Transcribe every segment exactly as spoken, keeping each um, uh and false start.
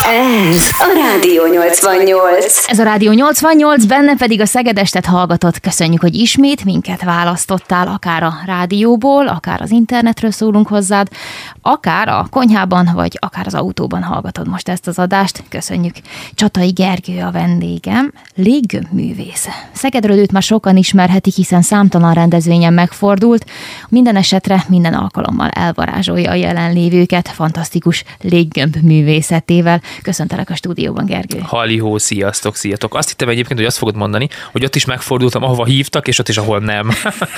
Ez a Rádió nyolcvannyolc. Ez a Rádió nyolcvannyolc, benne pedig a Szegedestet hallgatott. Köszönjük, hogy ismét minket választottál, akár a rádióból, akár az internetről szólunk hozzád, akár a konyhában, vagy akár az autóban hallgatod most ezt az adást. Köszönjük. Csatai Gergő a vendégem, léggömbművész. Szegedről őt már sokan ismerhetik, hiszen számtalan rendezvényen megfordult. Minden esetre minden alkalommal elvarázsolja a jelenlévőket fantasztikus léggömbművészetével. Köszöntelek a stúdióban, Gergő. Halihó, sziasztok, sziasztok. Azt hittem egyébként, hogy azt fogod mondani, hogy ott is megfordultam, ahova hívtak, és ott is, ahol nem.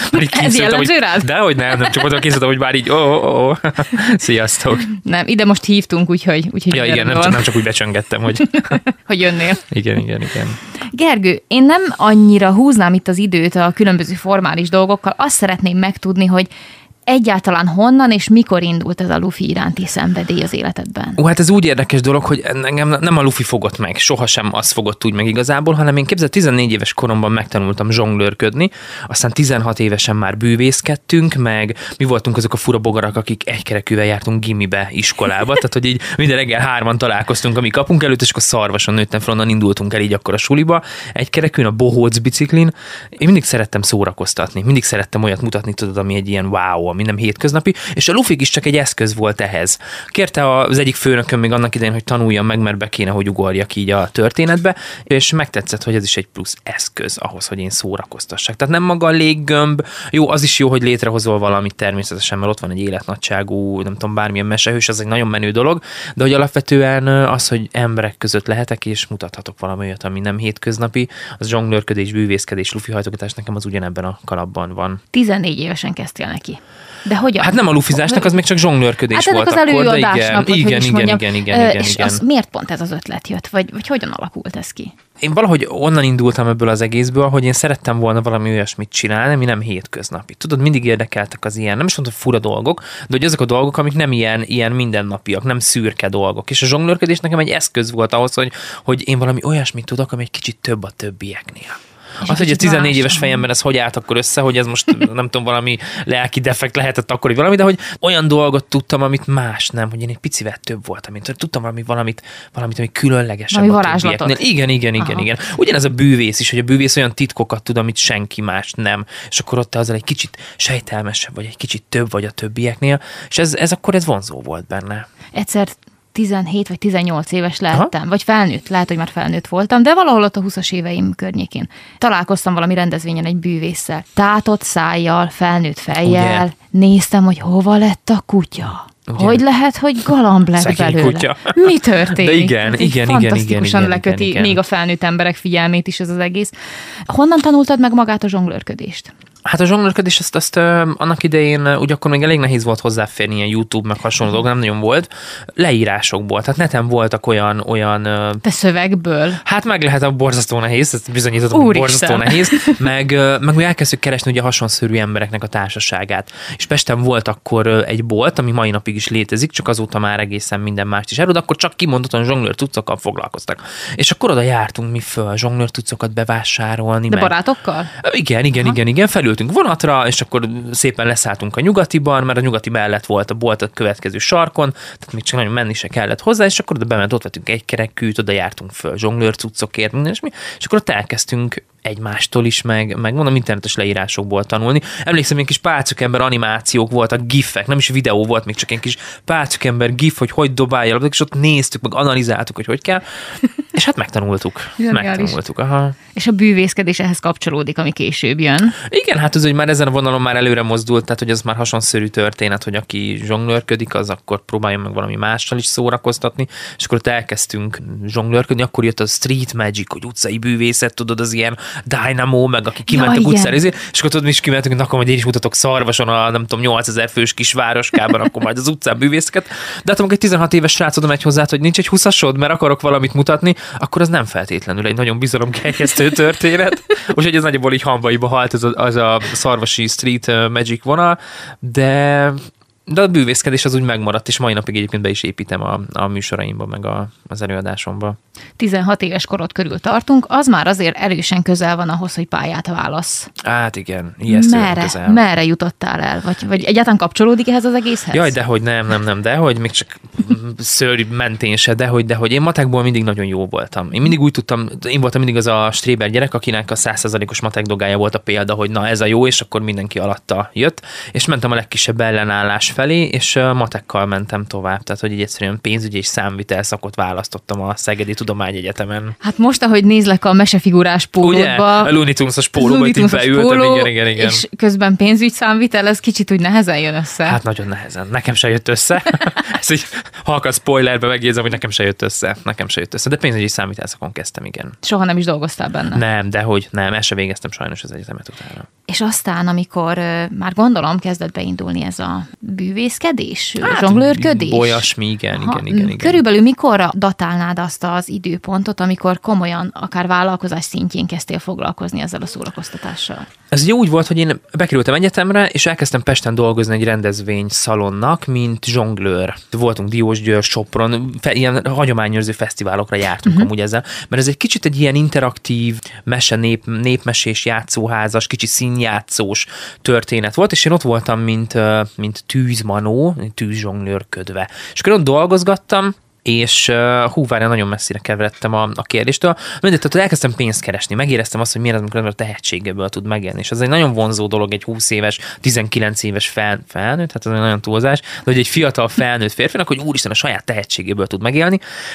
Ez jellemző rád? Dehogy nem, nem, csak oda készültem, hogy már így, ó, ó, ó. Sziasztok. Nem, ide most hívtunk, úgyhogy... úgyhogy ja, igen, nem csak, nem csak úgy becsöngettem, hogy... hogy jönnél. Igen, igen, igen. Gergő, én nem annyira húznám itt az időt a különböző formális dolgokkal, azt szeretném megtudni, hogy egyáltalán honnan és mikor indult ez a lufi iránti szenvedély az életedben? Ó, hát ez úgy érdekes dolog, hogy engem nem a lufi fogott meg, sohasem az fogott úgy meg igazából, hanem én képzeld, tizennégy éves koromban megtanultam zsonglőrködni, aztán tizenhat évesen már bűvészkedtünk, meg mi voltunk azok a fura bogarak, akik egykerekűvel jártunk gimibe, iskolába, tehát hogy így minden reggel hárman találkoztunk a mi kapunk előtt, és akkor szarvason nőttem fel, onnan indultunk el így akkor a suliba, egykerekűn, a bohóc biciklin. Én mindig szerettem szórakoztatni, mindig szerettem olyat mutatni, tudod, ami egy ilyen wow, ami nem hétköznapi, és a lufig is csak egy eszköz volt ehhez. Kérte az egyik főnököm még annak idején, hogy tanuljam meg, mert be kéne, hogy ugorjak így a történetbe, és megtetszett, hogy ez is egy plusz eszköz ahhoz, hogy én szórakoztassak. Tehát nem maga a léggömb, jó, az is jó, hogy létrehozol valamit természetesen, mert ott van egy életnagyságú, nem tudom, bármilyen mesehős, az egy nagyon menő dolog, de hogy alapvetően az, hogy emberek között lehetek, és mutathatok valami olyat, ami nem hétköznapi, az zsonglőrködés, bűvészkedés, lufi hajtogatás nekem az ugyanebben a kalapban van. tizennégy évesen kezdtél neki. De hogyan? Hát nem a lufizásnak, az még csak zsonglőrködés hát volt az akkor, de igen, igen, igen, igen, igen, igen, igen, És igen. Az miért pont ez az ötlet jött? Vagy, vagy hogyan alakult ez ki? Én valahogy onnan indultam ebből az egészből, hogy én szerettem volna valami olyasmit csinálni, ami nem hétköznapi. Tudod, mindig érdekeltek az ilyen, nem is mondom fura dolgok, de hogy azok a dolgok, amik nem ilyen, ilyen mindennapiak, nem szürke dolgok. És a zsonglőrködés nekem egy eszköz volt ahhoz, hogy, hogy én valami olyasmit tudok, ami egy kicsit több a többieknél. És az, hogy a tizennégy éves fejemben ez hogy állt akkor össze, hogy ez most nem tudom, valami lelki defekt lehetett akkor, valami, de hogy olyan dolgot tudtam, amit más nem, hogy én egy picivel több voltam, mint tudtam valami, valamit, valamit, ami különlegesebb valami a többieknél. Igen, igen, igen, Aha. igen. Ugyanez a bűvész is, hogy a bűvész olyan titkokat tud, amit senki más nem. És akkor ott te azzal egy kicsit sejtelmesebb, vagy egy kicsit több vagy a többieknél, és ez, ez akkor ez vonzó volt benne. Egyszer tizenhét vagy tizennyolc éves lehettem, Aha. vagy felnőtt, lehet, hogy már felnőtt voltam, de valahol ott a húszas éveim környékén. Találkoztam valami rendezvényen egy bűvésszel. Tátott szájjal, felnőtt fejjel, ugye? Néztem, hogy hova lett a kutya. Ugye? Hogy lehet, hogy galamb lett Szegény belőle? Kutya. Mi történik? De igen, igen, igen, fantasztikusan igen, leköti igen, igen. még a felnőtt emberek figyelmét is ez az egész. Honnan tanultad meg magát a zsonglőrködést? Hát a zsonglőrködés, azt, azt uh, annak idején, úgy akkor még elég nehéz volt hozzáférni ilyen YouTube, meg hasonló dolgok, nem nagyon volt, leírásokból. Tehát neten voltak olyan... olyan uh, Te szövegből? Hát meg lehet a borzasztó nehéz, ezt bizonyítottam, hogy borzasztó nehéz, meg, uh, meg mi elkezdtük keresni ugye a hasonszörű embereknek a társaságát. És Pesten volt akkor uh, egy bolt, ami mai napig is létezik, csak azóta már egészen minden mást is árul, de akkor csak kimondottan zsonglőr cuccokkal foglalkoztak. És akkor oda jártunk mi föl, zsonglőr cuccokat bevásárolni. De meg. barátokkal? Igen, igen, Aha. igen, igen, felül ültünk vonatra, és akkor szépen leszálltunk a Nyugatiban, mert a Nyugati mellett volt a bolt a következő sarkon, tehát még csak nagyon menni se kellett hozzá, és akkor oda bement, ott vettünk egy kerekűt, oda jártunk föl zsonglőr cuccokért, minden és mi, és akkor ott elkezdtünk egymástól is, meg, meg mondom, internetes leírásokból tanulni. Emlékszem, ilyen kis pálcukember animációk voltak, gifek, nem is videó volt, még csak ilyen kis pálcukember gif, hogy hogy dobálja, és ott néztük, meg analizáltuk, hogy hogy kell, és hát megtanultuk. megtanultuk, aha. És a bűvészkedés ehhez kapcsolódik, ami később jön. Igen, hát az, hogy már ezen a vonalon már előre mozdult, tehát hogy ez már hasonszörű történet, hogy aki zsonglőrködik, az akkor próbáljon meg valami mással is szórakoztatni, és akkor ott elkezdtünk zsonglőrködni, akkor jött a street magic, hogy utcai bűvészet, tudod, az ilyen Dynamo, meg aki kiment ja, a utcára, és akkor tudod, mi is kimentünk, hogy akkor majd én is mutatok Szarvason a nem tudom, nyolcezer fős kis városkában, akkor majd az utcán bűvészket. De hát amikor egy tizenhat éves srác oda megy hozzá, hogy nincs egy huszasod, mert akarok valamit mutatni, akkor az nem feltétlenül egy nagyon bizalomkeljesztő történet. Úgyhogy ez nagyjából így hambaiba halt az a, az a szarvasi street magic vonal, de De a bűvészkedés az úgy megmaradt, és mai napig egyébként be is építem a, a műsoraimba, meg a, az előadásomba. tizenhat éves korod körül tartunk, az már azért erősen közel van ahhoz, hogy pályát válasz. Hát igen, ijesztően merre, közel. merre jutottál el? Vagy, vagy egyáltalán kapcsolódik ehhez az egészhez? Jaj, dehogy nem, nem, nem, dehogy, még csak szőr mentén se, dehogy, dehogy. Én matekból mindig nagyon jó voltam. Én mindig úgy tudtam, én voltam mindig az a stréber gyerek, akinek a száz százalékos matek dogája volt a példa, hogy na ez a jó, és akkor mindenki alatta jött, és mentem a legkisebb ellenállás felé, és matekkal mentem tovább. Tehát, hogy így egyszerűen pénzügyi és számvitel szakot választottam a Szegedi Tudományegyetemen. Hát most, ahogy nézlek a mesefigurás pólódba. Ugye? A Looney Tunes-os pólóba, itt beültem, póló, igen, igen, igen. És közben pénzügy számvitel, ez kicsit úgy nehezen jön össze. Hát nagyon nehezen. Nekem se jött össze. Ez egy halka spoilerbe megjegyzem, hogy nekem se jött össze. Nekem se jött össze. De pénzügyi számvitel szakon kezdtem, igen. Soha nem is dolgoztál benne? Nem, de hogy nem, el se végeztem sajnos az egyetemet utána. És aztán, amikor már gondolom kezdett beindulni ez a bűvészkedés, hát, zsonglőrködés? Olyasmi, igen, igen, igen, igen. Körülbelül mikorra datálnád azt az időpontot, amikor komolyan, akár vállalkozás szintjén kezdtél foglalkozni ezzel a szórakoztatással? Ez jó úgy volt, hogy én bekerültem egyetemre, és elkezdtem Pesten dolgozni egy rendezvényszalonnak, mint zsonglőr. Voltunk Diósgyőr, Sopron, fe, ilyen hagyományőrző fesztiválokra jártunk uh-huh. amúgy ezzel, mert ez egy kicsit egy ilyen interaktív, mese, nép, népmesés, játszóházas, kicsit színjátszós történet volt, és én ott voltam, mint, mint tűzmanó, tűzzsonglőrködve. És akkor ott dolgozgattam, és uh, hú, várjál, nagyon messzire keveredtem a, a kérdéstől. Mindegy, tehát elkezdtem pénzt keresni, megéreztem azt, hogy miért az, amikor a tehetségeből tud megélni. És ez egy nagyon vonzó dolog, egy húsz éves, tizenkilenc éves fel, felnőtt, hát ez egy nagyon túlzás, de hogy egy fiatal felnőtt férfinak, hogy úristen a saját tehetségéből tud megélni.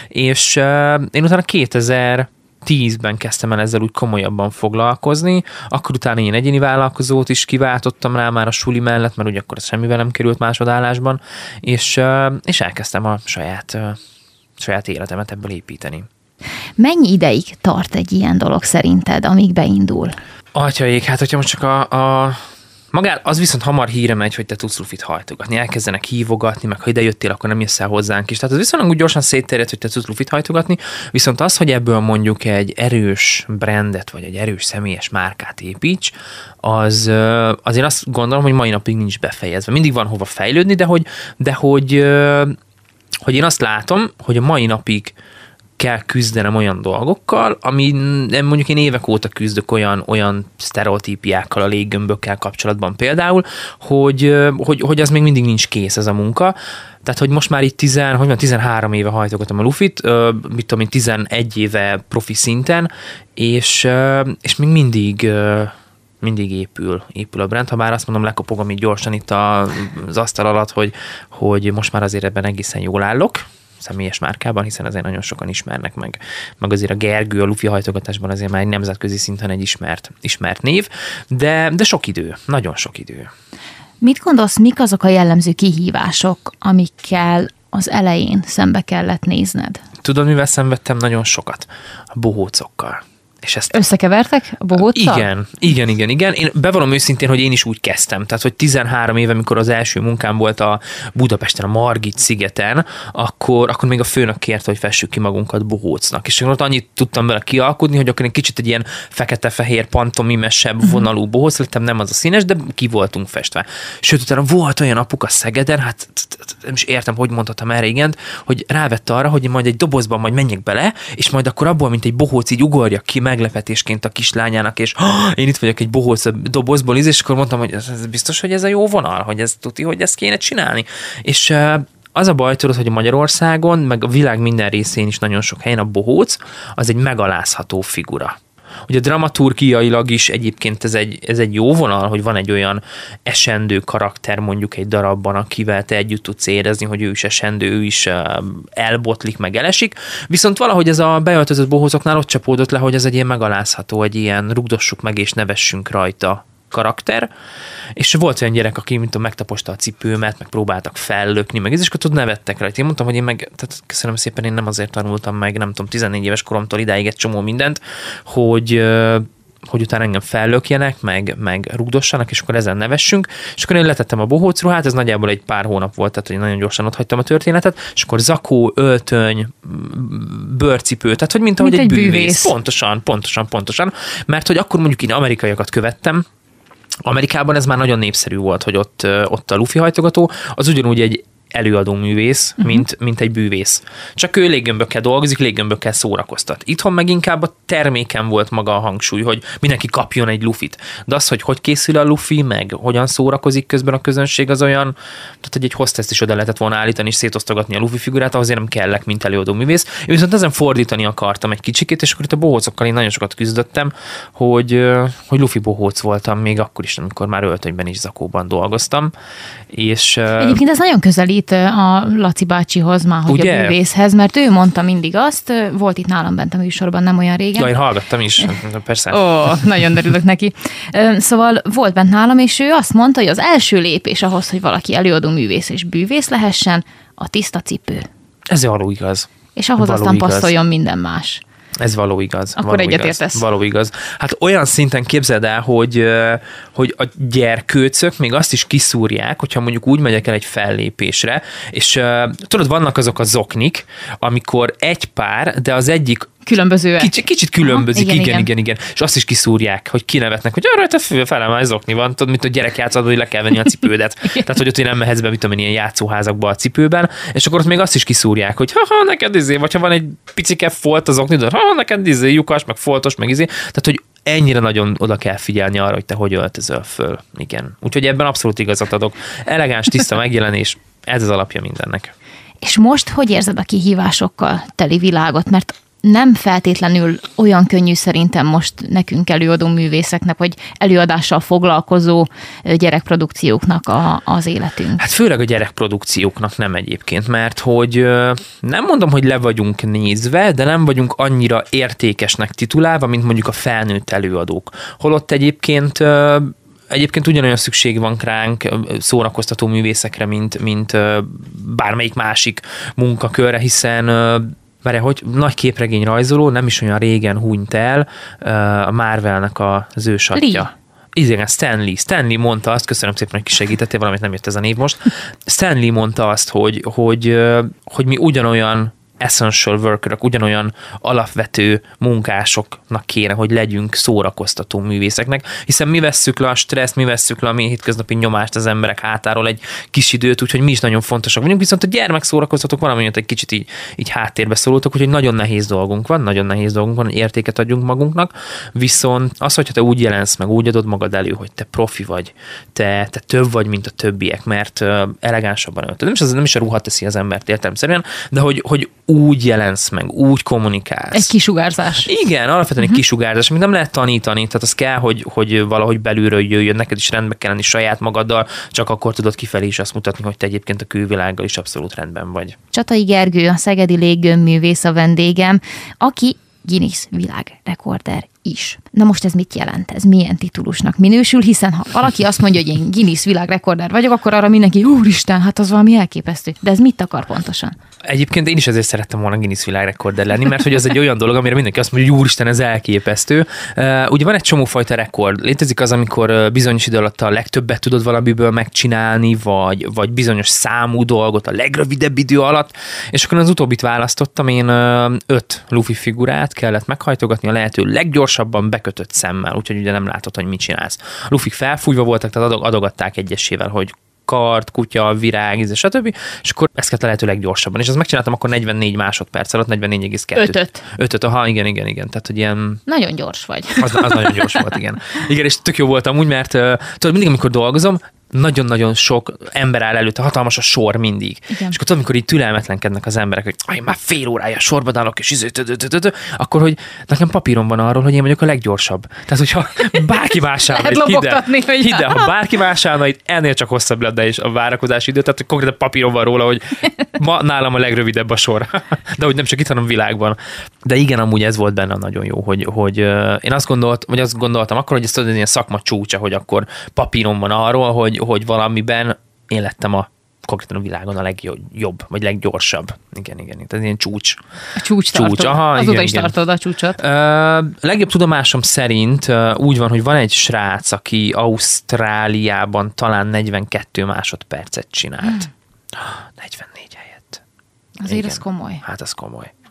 És uh, én utána kétezer-tízben kezdtem el ezzel úgy komolyabban foglalkozni, akkor utána én egyéni vállalkozót is kiváltottam rá már a suli mellett, mert ugye akkor ez semmivel nem került másodállásban, és, uh, és elkezdtem a saját uh, saját életemet ebből építeni. Mennyi ideig tart egy ilyen dolog szerinted, amíg beindul? Atyaik, hát hogyha most csak a, a magát, az viszont hamar híre megy, hogy te tudsz lufit hajtogatni, elkezdenek hívogatni, meg ha ide jöttél, akkor nem jössz el hozzánk is. Tehát az viszonylag úgy gyorsan szétterjed, hogy te tudsz lufit hajtogatni, viszont az, hogy ebből mondjuk egy erős brandet, vagy egy erős személyes márkát építs, az azért azt gondolom, hogy mai napig nincs befejezve. Mindig van hova fejlődni, de hogy, de hogy hogy én azt látom, hogy a mai napig kell küzdenem olyan dolgokkal, ami mondjuk én évek óta küzdök olyan, olyan sztereotípiákkal a léggömbökkel kapcsolatban például, hogy, hogy, hogy az még mindig nincs kész ez a munka. Tehát, hogy most már itt tíz, hogy van, tizenhárom éve hajtogatom a lufit, mit tudom én, tizenegy éve profi szinten, és, és még mindig mindig épül, épül a brand, ha bár azt mondom, lekopogom így gyorsan itt az asztal alatt, hogy, hogy most már azért ebben egészen jól állok, személyes márkában, hiszen azért nagyon sokan ismernek meg. Meg azért a Gergő a lufi hajtogatásban azért már egy nemzetközi szinten egy ismert, ismert név, de, de sok idő, nagyon sok idő. Mit gondolsz, mik azok a jellemző kihívások, amikkel az elején szembe kellett nézned? Tudod, mivel szenvedtem nagyon sokat? A bohócokkal. És ezt összekevertek a bohóccal? Igen, igen, igen, igen. Én bevallom őszintén, hogy én is úgy kezdtem. Tehát, hogy tizenhárom éve, amikor az első munkám volt a Budapesten, a Margit szigeten, akkor, akkor még a főnök kérte, hogy fessük ki magunkat bohócnak. És ott annyit tudtam vele kialkudni, hogy akkor egy kicsit egy ilyen fekete-fehér, pantomimesebb vonalú bohóc lettem, nem az a színes, de ki voltunk festve. Sőt, utána volt olyan apuka Szegeden, hát nem is értem, hogy mondhatom erre igent, hogy rávette arra, hogy majd egy dobozban majd menjek bele, és majd akkor abból, mint egy bohóc, így ugorjak ki meglepetésként a kislányának, és oh, én itt vagyok egy bohóc dobozból, és akkor mondtam, hogy ez, ez biztos, hogy ez a jó vonal, hogy ez tuti, hogy ezt kéne csinálni. És uh, az a baj, tudod, hogy Magyarországon, meg a világ minden részén is nagyon sok helyen a bohóc, az egy megalázható figura. Ugye dramaturgiailag is egyébként ez egy, ez egy jó vonal, hogy van egy olyan esendő karakter mondjuk egy darabban, akivel te együtt tudsz érezni, hogy ő is esendő, ő is elbotlik, meg elesik. Viszont valahogy ez a beöltözött bohócoknál ott csapódott le, hogy ez egy ilyen megalázható, egy ilyen rugdossuk meg és nevessünk rajta karakter, és volt olyan gyerek, aki mint megtaposta a cipőmet, meg próbáltak fellökni, meg ez is, akkor tudod, nevettek rajta. Én mondtam, hogy én meg, tehát köszönöm szépen, én nem azért tanultam meg, nem tudom, tizennégy éves koromtól idáig egy csomó mindent, hogy hogy utána engem fellökjenek, meg, meg rugdossanak, és akkor ezen nevessünk, és akkor én letettem a bohóc ruhát, ez nagyjából egy pár hónap volt, tehát hogy nagyon gyorsan ott hagytam a történetet, és akkor zakó, öltöny, bőrcipő, tehát hogy mint ahogy mint egy, egy bűvész. bűvész. Pontosan, pontosan, pontosan, mert hogy akkor mondjuk én amerikaiakat követtem, Amerikában ez már nagyon népszerű volt, hogy ott, ott a lufi hajtogató, az ugyanúgy egy előadó művész, uh-huh. mint, mint egy bűvész. Csak ő léggömbökkel dolgozik, léggömbökkel szórakoztat. Itthon meg inkább a terméken volt maga a hangsúly, hogy mindenki kapjon egy lufit. De az, hogy hogy készül a lufi, meg hogyan szórakozik közben a közönség, az olyan, tehát hogy egy hosteszt is oda lehetett volna állítani és szétosztogatni a lufi figurát, azért nem kellek, mint előadó művész. Én viszont ezen fordítani akartam egy kicsikét, és akkor itt a bohócokkal én nagyon sokat küzdöttem, hogy, hogy lufi bohóc voltam még akkor is, amikor már öltönyben és zakóban dolgoztam. És, egyébként ez nagyon közelít a Laci bácsihoz, már hogy ugye? A bűvészhez, mert ő mondta mindig azt, volt itt nálam bent a műsorban nem olyan régen. Ja, én hallgattam is, persze. Ó, nagyon örülök neki. Szóval volt bent nálam, és ő azt mondta, hogy az első lépés ahhoz, hogy valaki előadó művész és bűvész lehessen, a tiszta cipő. Ez való igaz. És ahhoz való aztán igaz. passzoljon minden más. Ez való igaz. Akkor egyetértesz. Való igaz. Hát olyan szinten képzeld el, hogy, hogy a gyerkőcök még azt is kiszúrják, hogyha mondjuk úgy megyek el egy fellépésre, és tudod, vannak azok a zoknik, amikor egy pár, de az egyik különbözőek. Kicsit, kicsit különbözik, aha, igen, igen, igen, igen, igen. És azt is kiszúrják, hogy kinevetnek, hogy arra te fő, felem már zokni van, tudod, mint a gyerek játszatban, hogy le kell venni a cipődet. Tehát, hogy ott nem mehetsz be, mit tudom én, ilyen játszóházakba a cipőben, és akkor ott még azt is kiszúrják, hogy ha, ha neked izé, vagy ha van egy picike folt az oknidon, ha neked izé, lyukas, meg foltos, meg izé. Tehát, hogy ennyire nagyon oda kell figyelni arra, hogy te hogy öltözöl föl. Igen. Úgyhogy ebben abszolút igazat adok. Elegáns, tiszta megjelenés, ez az alapja mindennek. És most hogy érzed a kihívásokkal teli világot? Mert nem feltétlenül olyan könnyű szerintem most nekünk előadó művészeknek, vagy előadással foglalkozó gyerekprodukcióknak a, az életünk. Hát főleg a gyerekprodukcióknak nem egyébként, mert hogy nem mondom, hogy le vagyunk nézve, de nem vagyunk annyira értékesnek titulálva, mint mondjuk a felnőtt előadók. Holott egyébként Egyébként ugyanolyan szükség van ránk szórakoztató művészekre, mint, mint bármelyik másik munkakörre, hiszen Várjál, hogy nagy képregény rajzoló, nem is olyan régen hunyt el a Marvelnek az ősatja. Igen, Stan Lee. Stan Lee mondta azt, köszönöm szépen, hogy kisegítettél, valamit nem jött ez a név most. Stan Lee mondta azt, hogy, hogy, hogy mi ugyanolyan essential workerök, ugyanolyan alapvető munkásoknak kéne, hogy legyünk szórakoztató művészeknek, hiszen mi vesszük le a stresszt, mi vesszük le a mi hétköznapi nyomást az emberek hátáról egy kis időt, úgyhogy mi is nagyon fontosak vagyunk, viszont a gyermekszórakoztatók valamelyet egy kicsit így, így háttérbe szorultak, úgyhogy nagyon nehéz dolgunk van, nagyon nehéz dolgunk van, hogy értéket adjunk magunknak, viszont az, hogyha te úgy jelensz meg, úgy adod magad elő, hogy te profi vagy, te, te több vagy, mint a többiek, mert uh, elegánsabban öltöd. Nem is, az, nem is a ruha teszi az embert értelemszerűen, de hogy, hogy úgy jelensz meg, úgy kommunikálsz. Egy kisugárzás. Igen, alapvetően uh-huh. egy kisugárzás, amit nem lehet tanítani, tehát az kell, hogy, hogy valahogy belülről jöjjön, neked is rendbe kell lenni saját magaddal, csak akkor tudod kifelé is azt mutatni, hogy te egyébként a külvilággal is abszolút rendben vagy. Csatai Gergő, a szegedi léggömbművész a vendégem, aki Guinness világrekorder is. Na most ez mit jelent? Ez milyen titulusnak minősül? Hiszen ha valaki azt mondja, hogy én Guinness világrekorder vagyok, akkor arra mindenki, úristen, hát az valami elképesztő. De ez mit akar pontosan? Egyébként én is ezért szerettem volna Guinness világrekorder lenni, mert hogy az egy olyan dolog, amire mindenki azt mondja, hogy úristen, ez elképesztő. Uh, ugye van egy csomófajta rekord. Létezik az, amikor bizonyos idő alatt a legtöbbet tudod valamiből megcsinálni, vagy, vagy bizonyos számú dolgot a legrövidebb idő alatt, és akkor az utóbbit választottam, én uh, öt lufi figurát kellett meghajtogatni a lehető leggyorsabban bekötött szemmel, úgyhogy ugye nem látod, hogy mit csinálsz. A lufik felfújva voltak, tehát adogatták egyesével, hogy kard, kutya, virág, íze, stb. És akkor ezt kellett a lehető leggyorsabban. És azt megcsináltam akkor negyvennégy másodperc alatt, negyvennégy egész kettő. Ötöt. Ötöt, aha, igen, igen, igen. Tehát, hogy ilyen... Nagyon gyors vagy. Az, az nagyon gyors volt, igen. Igen, és tök jó voltam úgy, mert uh, tudod, mindig, amikor dolgozom, nagyon-nagyon sok ember áll előtte, hatalmas a sor mindig. Igen. És akkor tudod, amikor így türelmetlenkednek az emberek, hogy aj, már fél órája sorban állok, és izé, akkor, hogy nekem papírom van arról, hogy én vagyok a leggyorsabb. Tehát, hogyha bárki más állna itt, hidd el, hidd el, ha bárki más állna itt, ennél csak hosszabb lenne is a várakozási idő, tehát hogy konkrétan papírom van róla, hogy ma nálam a legrövidebb a sor. De hogy nem csak itt, hanem világban. De igen, amúgy ez volt benne nagyon jó, hogy, hogy én azt gondolt, vagy azt gondoltam akkor, hogy ez tudod, ilyen szakma csúcsa, hogy akkor papírom van arról, hogy hogy valamiben én lettem a konkrétan a világon a legjobb, vagy leggyorsabb. Igen, igen. Tehát ilyen csúcs. A csúcs, csúcs. Aha, azóta igen, is igen. tartod a csúcsot. Uh, legjobb tudomásom szerint uh, úgy van, hogy van egy srác, aki Ausztráliában talán negyvenkettő másodpercet csinált. Hmm. negyvennégy helyett. Azért igen. ez komoly. Hát az komoly.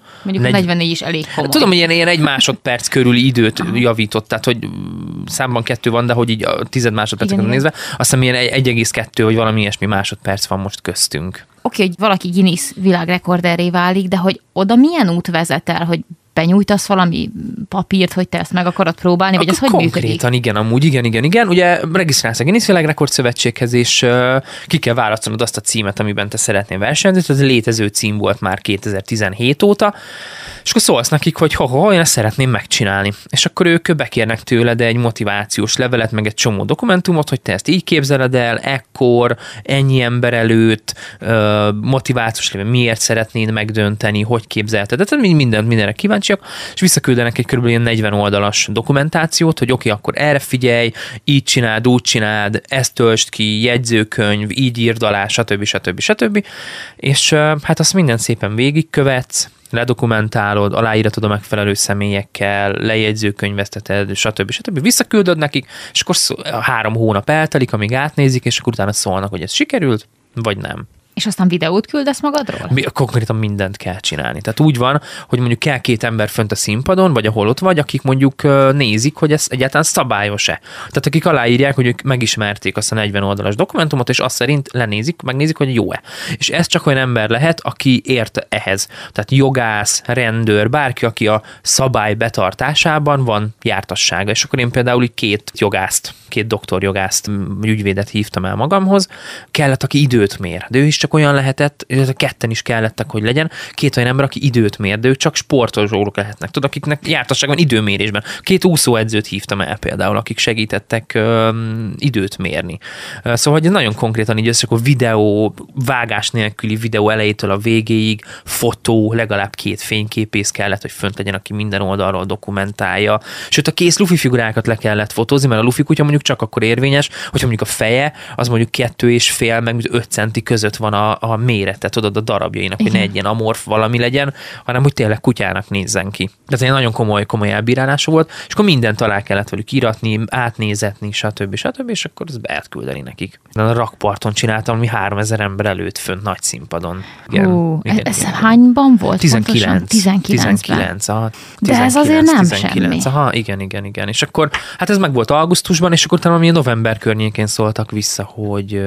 Mondjuk Negy... negyvennégy is elég komoly. Tudom, hogy ilyen, ilyen egy másodperc körüli időt javított, tehát hogy számban kettő van, de hogy így a tized másodperceket nézve, azt hiszem ilyen egy egész kettő, vagy valami ilyesmi másodperc van most köztünk. Oké, okay, hogy valaki Guinness világrekorderré válik, de hogy oda milyen út vezet el, hogy benyújtasz valami papírt, hogy te ezt meg akarod próbálni, vagy ez hogy működik? Konkrétan igen, amúgy igen, igen, igen. Ugye regisztrálsz a Guinness Világrekord Szövetséghez, és uh, ki kell választanod azt a címet, amiben te szeretnél versenyezni. Ez egy létező cím volt már kétezer-tizenhét óta, és akkor szólsz nekik, hogy ha-ha, én ezt szeretném megcsinálni. És akkor ők bekérnek tőled egy motivációs levelet, meg egy csomó dokumentumot, hogy te ezt így képzeled el, ekkor, ennyi ember előtt, uh, motivációs levél, miért szeretnéd megdönteni, hogy képzelted. Tehát mindent, mindenre kíváncsi. És visszaküldenek egy körülbelül negyven oldalas dokumentációt, hogy oké, okay, akkor erre figyelj, így csináld, úgy csináld, ezt töltsd ki, jegyzőkönyv, így írd alá, stb. stb. stb. És hát azt minden szépen végigkövetsz, ledokumentálod, aláíratod a megfelelő személyekkel, lejegyzőkönyveszteted, stb. stb. Visszaküldöd nekik, és akkor szó, három hónap eltelik, amíg átnézik, és akkor utána szólnak, hogy ez sikerült, vagy nem. És aztán videót küldesz magadról? Mi, konkrétan mindent kell csinálni. Tehát úgy van, hogy mondjuk kell két ember fönt a színpadon, vagy ahol ott vagy, akik mondjuk nézik, hogy ez egyáltalán szabályos-e. Tehát akik aláírják, hogy ők megismerték azt a negyven oldalas dokumentumot, és azt szerint lenézik, megnézik, hogy jó-e. És ez csak olyan ember lehet, aki ért ehhez. Tehát jogász, rendőr, bárki, aki a szabály betartásában van jártassága. És akkor én például így két jogászt, két doktorjogászt, ügyvédet hívtam el magamhoz. Kellett, aki időt mér. De ő is csak olyan lehetett, illetve ketten is kellettek, hogy legyen, két olyan ember, aki időt mér, de ők csak sportolók lehetnek. Tudod, akiknek jártasság van időmérésben. Két úszóedzőt hívtam el például, akik segítettek um, időt mérni. Uh, szóval, hogy ez nagyon konkrétan így össze, akkor videó, vágás nélküli videó elejétől a végéig, fotó, legalább két fényképész kellett, hogy fönt legyen, aki minden oldalról dokumentálja. Sőt, a kész lufi figurákat le kellett fotózni, mert a lufi kutya mondjuk csak akkor érvényes, hogyha mondjuk a feje, az mondjuk kettő és fél, meg öt centi között van a, a mérete, tudod, a darabjainak, hogy ne egy ilyen amorf valami legyen, hanem hogy tényleg kutyának nézzen ki. Ez egy nagyon komoly, komoly elbírálása volt, és akkor mindent alá kellett velük íratni, átnézetni, stb. stb. És akkor ezt be lehet küldeni nekik. De a rakparton csináltam, mi háromezer ember előtt fönt nagy színpadon. Igen, Hú, igen, ez igen. Hányban volt? tizenkilenc. tizenkilenc. tizenkilenc, aha, tizenkilenc. De ez azért nem tizenkilenc, semmi. Aha, igen, igen, igen. És akkor, hát ez meg volt augusztusban, és akkor talán november környékén szóltak vissza, hogy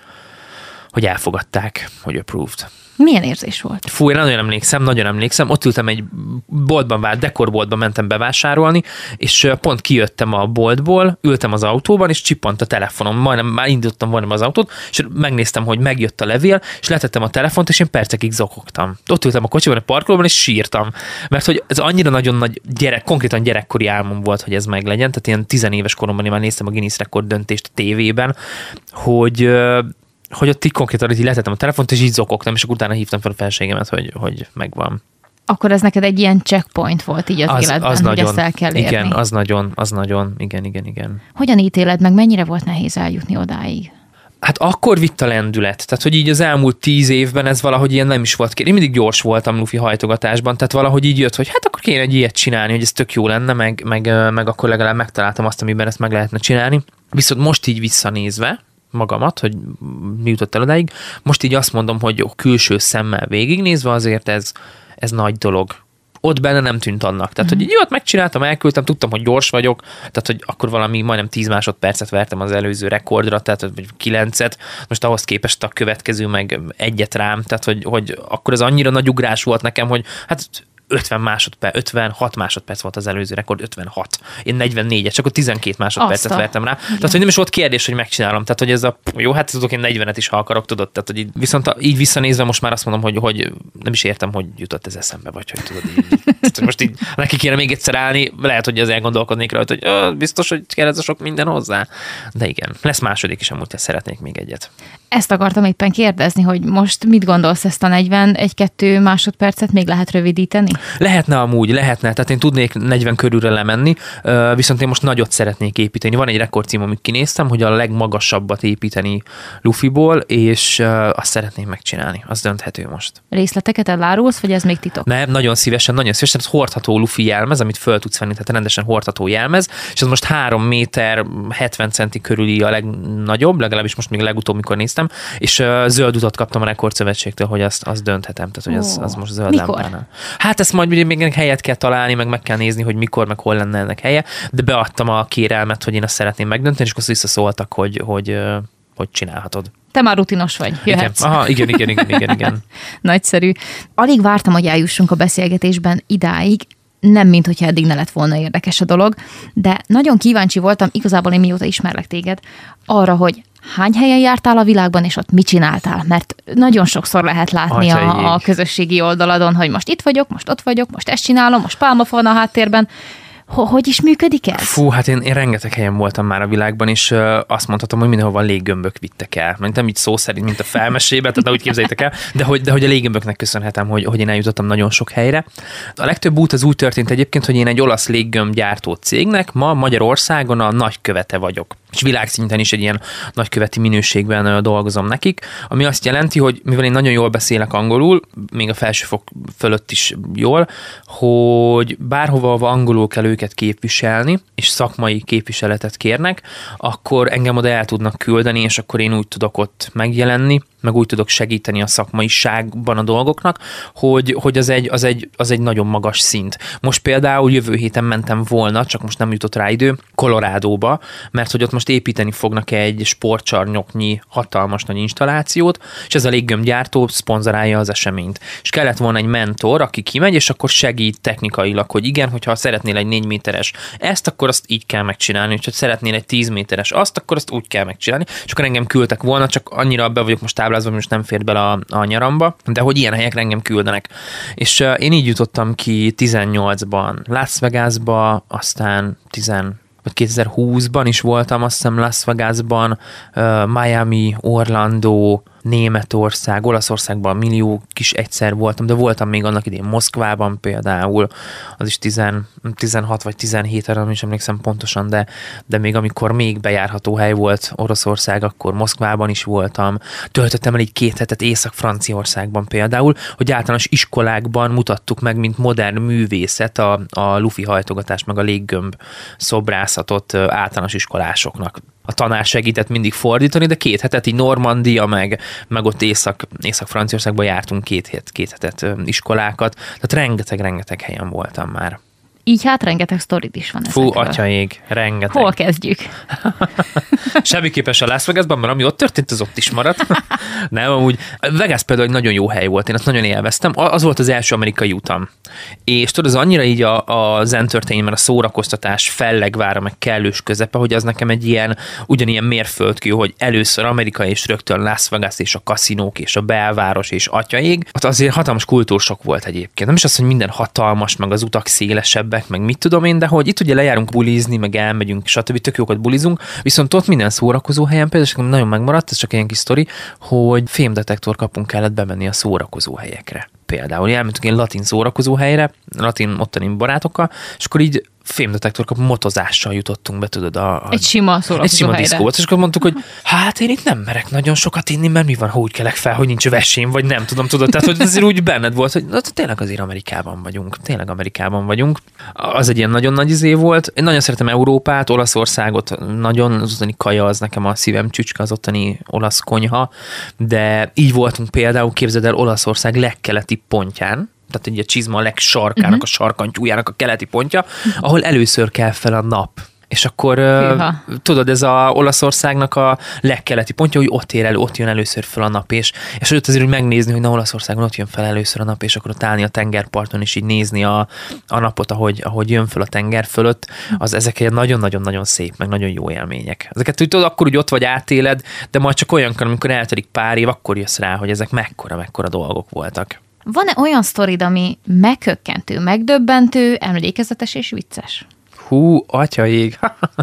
hogy elfogadták, hogy approved. Milyen érzés volt? Fú, én nagyon emlékszem, nagyon emlékszem. Ott ültem egy boltban, dekorboltban mentem bevásárolni, és pont kijöttem a boltból, ültem az autóban, és csippant a telefonom. Majdnem már indítottam volna az autót, és megnéztem, hogy megjött a levél, és letettem a telefont, és én percekig zokogtam. Ott ültem a kocsiban, a parkolóban, és sírtam. Mert hogy ez annyira nagyon nagy gyerek, konkrétan gyerekkori álmom volt, hogy ez meglegyen. Tehát ilyen tizenéves koromban én már néztem a Guinness rekord döntést a tévében, hogy hogy ott így konkrétan így letettem a telefont, és így zokogtam, és akkor utána hívtam fel a felségemet, hogy, hogy megvan. Akkor ez neked egy ilyen checkpoint volt így az, az életben, az hogy nagyon, ezt el kell érni. Igen, az nagyon, az nagyon, igen, igen, igen. Hogyan ítéled meg, mennyire volt nehéz eljutni odáig? Hát akkor vitt a lendület. Tehát, hogy így az elmúlt tíz évben ez valahogy ilyen nem is volt. Én mindig gyors voltam lufi hajtogatásban, tehát valahogy így jött, hogy hát akkor kéne egy ilyet csinálni, hogy ez tök jó lenne, meg, meg, meg akkor legalább megtaláltam azt, amiben ezt meg lehetne csinálni. Viszont most így visszanézve, magamat, hogy mi jutott el odáig. Most így azt mondom, hogy külső szemmel végignézve azért ez, ez nagy dolog. Ott benne nem tűnt annak. Tehát, mm. hogy jót megcsináltam, elküldtem, tudtam, hogy gyors vagyok, tehát, hogy akkor valami majdnem tíz másodpercet vertem az előző rekordra, tehát, vagy kilencet, most ahhoz képest a következő meg egyet rám, tehát, hogy, hogy akkor ez annyira nagy ugrás volt nekem, hogy hát ötven másodperc, ötvenhat másodperc volt az előző rekord, ötvenhat. Én negyvennégyet, csak akkor tizenkét másodpercet Azta. vertem rá. Igen. Tehát, hogy nem is volt kérdés, hogy megcsinálom. Tehát, hogy ez a jó, hát tudok én negyvenet is, ha akarok, tudod. Tehát, hogy így, viszont így visszanézve most már azt mondom, hogy, hogy nem is értem, hogy jutott ez eszembe, vagy hogy tudod így. Tehát, most így neki kéne még egyszer állni, lehet, hogy az elgondolkodnék rajta, hogy ö, biztos, hogy kell ez a sok minden hozzá. De igen, lesz második is, amúgy szeretnék még egyet. Ezt akartam éppen kérdezni, hogy most mit gondolsz, ezt a negyven-egy-kettő másodpercet még lehet rövidíteni? Lehetne amúgy, lehetne, tehát én tudnék negyven körülre lemenni, viszont én most nagyot szeretnék építeni. Van egy rekordcím, amit kinéztem, hogy a legmagasabbat építeni lufiból, és azt szeretném megcsinálni. Az dönthető most. Részleteket elárulsz, vagy ez még titok? Nem, nagyon szívesen, nagyon szívesen. Ez hordható lufi jelmez, amit föl tudsz venni, tehát rendesen hordható jelmez, és ez most három méter hetven centi körüli a legnagyobb, legalábbis most még legutóbb, mikor néztem, és zöld utat kaptam a rekordszövetségtől, hogy azt, azt dönthetem, tehát hogy az, az most zöld lámpánál. Hát ezt majd ugye még helyet kell találni, meg meg kell nézni, hogy mikor, meg hol lenne ennek helye, de beadtam a kérelmet, hogy én azt szeretném megdönteni, és akkor visszaszóltak, hogy, hogy, hogy csinálhatod. Te már rutinos vagy, jöhetsz. Igen. Aha, igen, igen, igen, igen, igen. Nagyszerű. Alig vártam, hogy eljussunk a beszélgetésben idáig, nem mint hogyha eddig ne lett volna érdekes a dolog, de nagyon kíváncsi voltam, igazából én mióta ismerlek téged, arra, hogy hány helyen jártál a világban, és ott mit csináltál? Mert nagyon sokszor lehet látni a, a közösségi oldaladon, hogy most itt vagyok, most ott vagyok, most ezt csinálom, most pálmafa van a háttérben. Hogy is működik ez? Fú, hát én, én rengeteg helyen voltam már a világban, és uh, azt mondhatom, hogy mindenhol van léggömbök vittek el. Mert nem így szó szerint, mint a felmesében, tehát úgy képzeljétek el, de hogy, de hogy a léggömböknek köszönhetem, hogy, hogy én eljutottam nagyon sok helyre. A legtöbb út az úgy történt egyébként, hogy én egy olasz léggömbgyártó cégnek ma Magyarországon a nagykövete vagyok. És világszinten is egy ilyen nagyköveti minőségben dolgozom nekik, ami azt jelenti, hogy mivel én nagyon jól beszélek angolul, még a felsőfok fölött is jól, hogy bárhova angolul kell őket képviselni, és szakmai képviseletet kérnek, akkor engem oda el tudnak küldeni, és akkor én úgy tudok ott megjelenni, meg úgy tudok segíteni a szakmaiságban a dolgoknak, hogy, hogy az, egy, az, egy, az egy nagyon magas szint. Most például jövő héten mentem volna, csak most nem jutott rá idő, Colorádóba, mert hogy ott most építeni fognak egy sportcsarnoknyi hatalmas nagy installációt, és ez a léggömbgyártó szponzorálja az eseményt. És kellett volna egy mentor, aki kimegy, és akkor segít technikailag, hogy igen, hogyha szeretnél egy négy méteres ezt, akkor azt így kell megcsinálni, és ha szeretnél egy tíz méteres azt, akkor azt úgy kell megcsinálni. És akkor engem küldtek volna, csak annyira be vagyok most táblázva, most nem fér bele a, a nyaramba, de hogy ilyen helyekre engem küldenek. És uh, én így jutottam ki tizennyolcban Las Vegasba, aztán tíz vagy kétezer-húszban is voltam, azt hiszem Las Vegasban, uh, Miami, Orlando, Németország, Olaszországban millió kis egyszer voltam, de voltam még annak idén Moszkvában például, az is tíz, tizenhat vagy tizenhét, arra nem is emlékszem pontosan, de, de még amikor még bejárható hely volt Oroszország, akkor Moszkvában is voltam. Töltöttem el így két hetet Észak-Franciaországban például, hogy általános iskolákban mutattuk meg, mint modern művészet a, a lufi hajtogatást, meg a léggömb szobrászatot általános iskolásoknak. A tanár segített mindig fordítani, de két hetet így Normandia, meg, meg ott Észak, Észak-Franciaországban jártunk két, hét, két hetet iskolákat, tehát rengeteg-rengeteg helyen voltam már. Így hát rengeteg sztorid is van ezekről. Fú, atyaég, rengeteg. Hol kezdjük? Semmiképpen se Las Vegasban, mert ami ott történt, az ott is maradt. Nem, amúgy Vegas például egy nagyon jó hely volt, én azt nagyon élveztem. Az volt az első amerikai utam. És tudod, az annyira így a, az entertainment, a szórakoztatás fellegvára, meg kellős közepe, hogy az nekem egy ilyen, ugyanilyen mérföldkő, hogy először Amerika és rögtön Las Vegas és a kaszinók és a belváros és atyaég. Ott azért hatalmas kultúrsok volt egyébként. Nem is az, hogy minden hatalmas, meg az utak szélesebb, meg mit tudom én, de hogy itt ugye lejárunk bulizni, meg elmegyünk, stb. Tök jókat bulizunk, viszont ott minden szórakozó helyen, például nagyon megmaradt, ez csak ilyen kis sztori, hogy fémdetektor kapunk kellett bemenni a szórakozó helyekre. Például elmentünk egy latin szórakozó helyre, latin ottani barátokkal, és akkor így fémdetektor kap motozással jutottunk be, tudod, a, a egy sima szórakozó egy sima helyre. diszkó volt, és akkor mondtuk, hogy hát én itt nem merek nagyon sokat inni, mert mi van, ha úgy kelek fel, hogy nincs vesém, vagy nem tudom, tudod, tehát hogy azért úgy benned volt, hogy na, tényleg azért Amerikában vagyunk, tényleg Amerikában vagyunk. Az egy ilyen nagyon nagy izé volt. Én nagyon szeretem Európát, Olaszországot, nagyon az ottani kaja az nekem a szívem csücske, az ottani olasz konyha, de így voltunk például, képzeld el, Olaszország legkeleti pontján, tehát egy a csizma a legsarkának, uh-huh. a sarkantyújának a keleti pontja, ahol először kell fel a nap. És akkor Hűha. tudod, ez a Olaszországnak a legkeleti pontja, hogy ott ér elő, ott jön először fel a nap, és, és ott azért úgy megnézni, hogy na Olaszországon ott jön fel először a nap, és akkor ott állni a tengerparton, és így nézni a, a napot, ahogy, ahogy jön fel a tenger fölött, az ezek egy nagyon-nagyon-nagyon szép, meg nagyon jó élmények. Ezeket tudod, akkor úgy ott vagy átéled, de majd csak olyankor, amikor eltelik pár év, akkor jössz rá, hogy ezek mekkora, mekkora dolgok voltak. Van-e olyan sztorid, ami meghökkentő, megdöbbentő, emlékezetes és vicces? Hú, atyaég.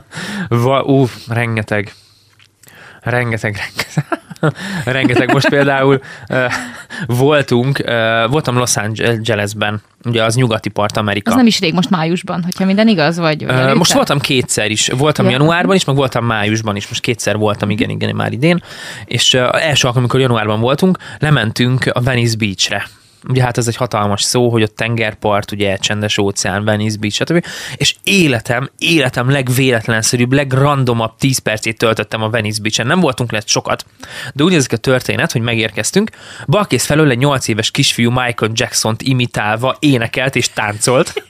Va, ú, rengeteg. Rengeteg, rengeteg. rengeteg. Most például uh, voltunk, uh, voltam Los Angelesben, ugye az nyugati part Amerika. Az nem is rég, most májusban, hogyha minden igaz, vagy, vagy uh, Most voltam kétszer is. Voltam ja. januárban is, meg voltam májusban is. Most kétszer voltam, igen, igen, már idén. És uh, első alkalom, amikor januárban voltunk, lementünk a Venice Beachre. Ugye hát ez egy hatalmas szó, hogy ott tengerpart, ugye csendes óceán, Venice Beach, stb. És életem, életem legvéletlenszerűbb, legrandomabb tíz percét töltöttem a Venice Beach-en. Nem voltunk lett sokat, de úgy ezek a történet, hogy megérkeztünk. Balkész felől egy nyolc éves kisfiú Michael Jackson-t imitálva énekelt és táncolt.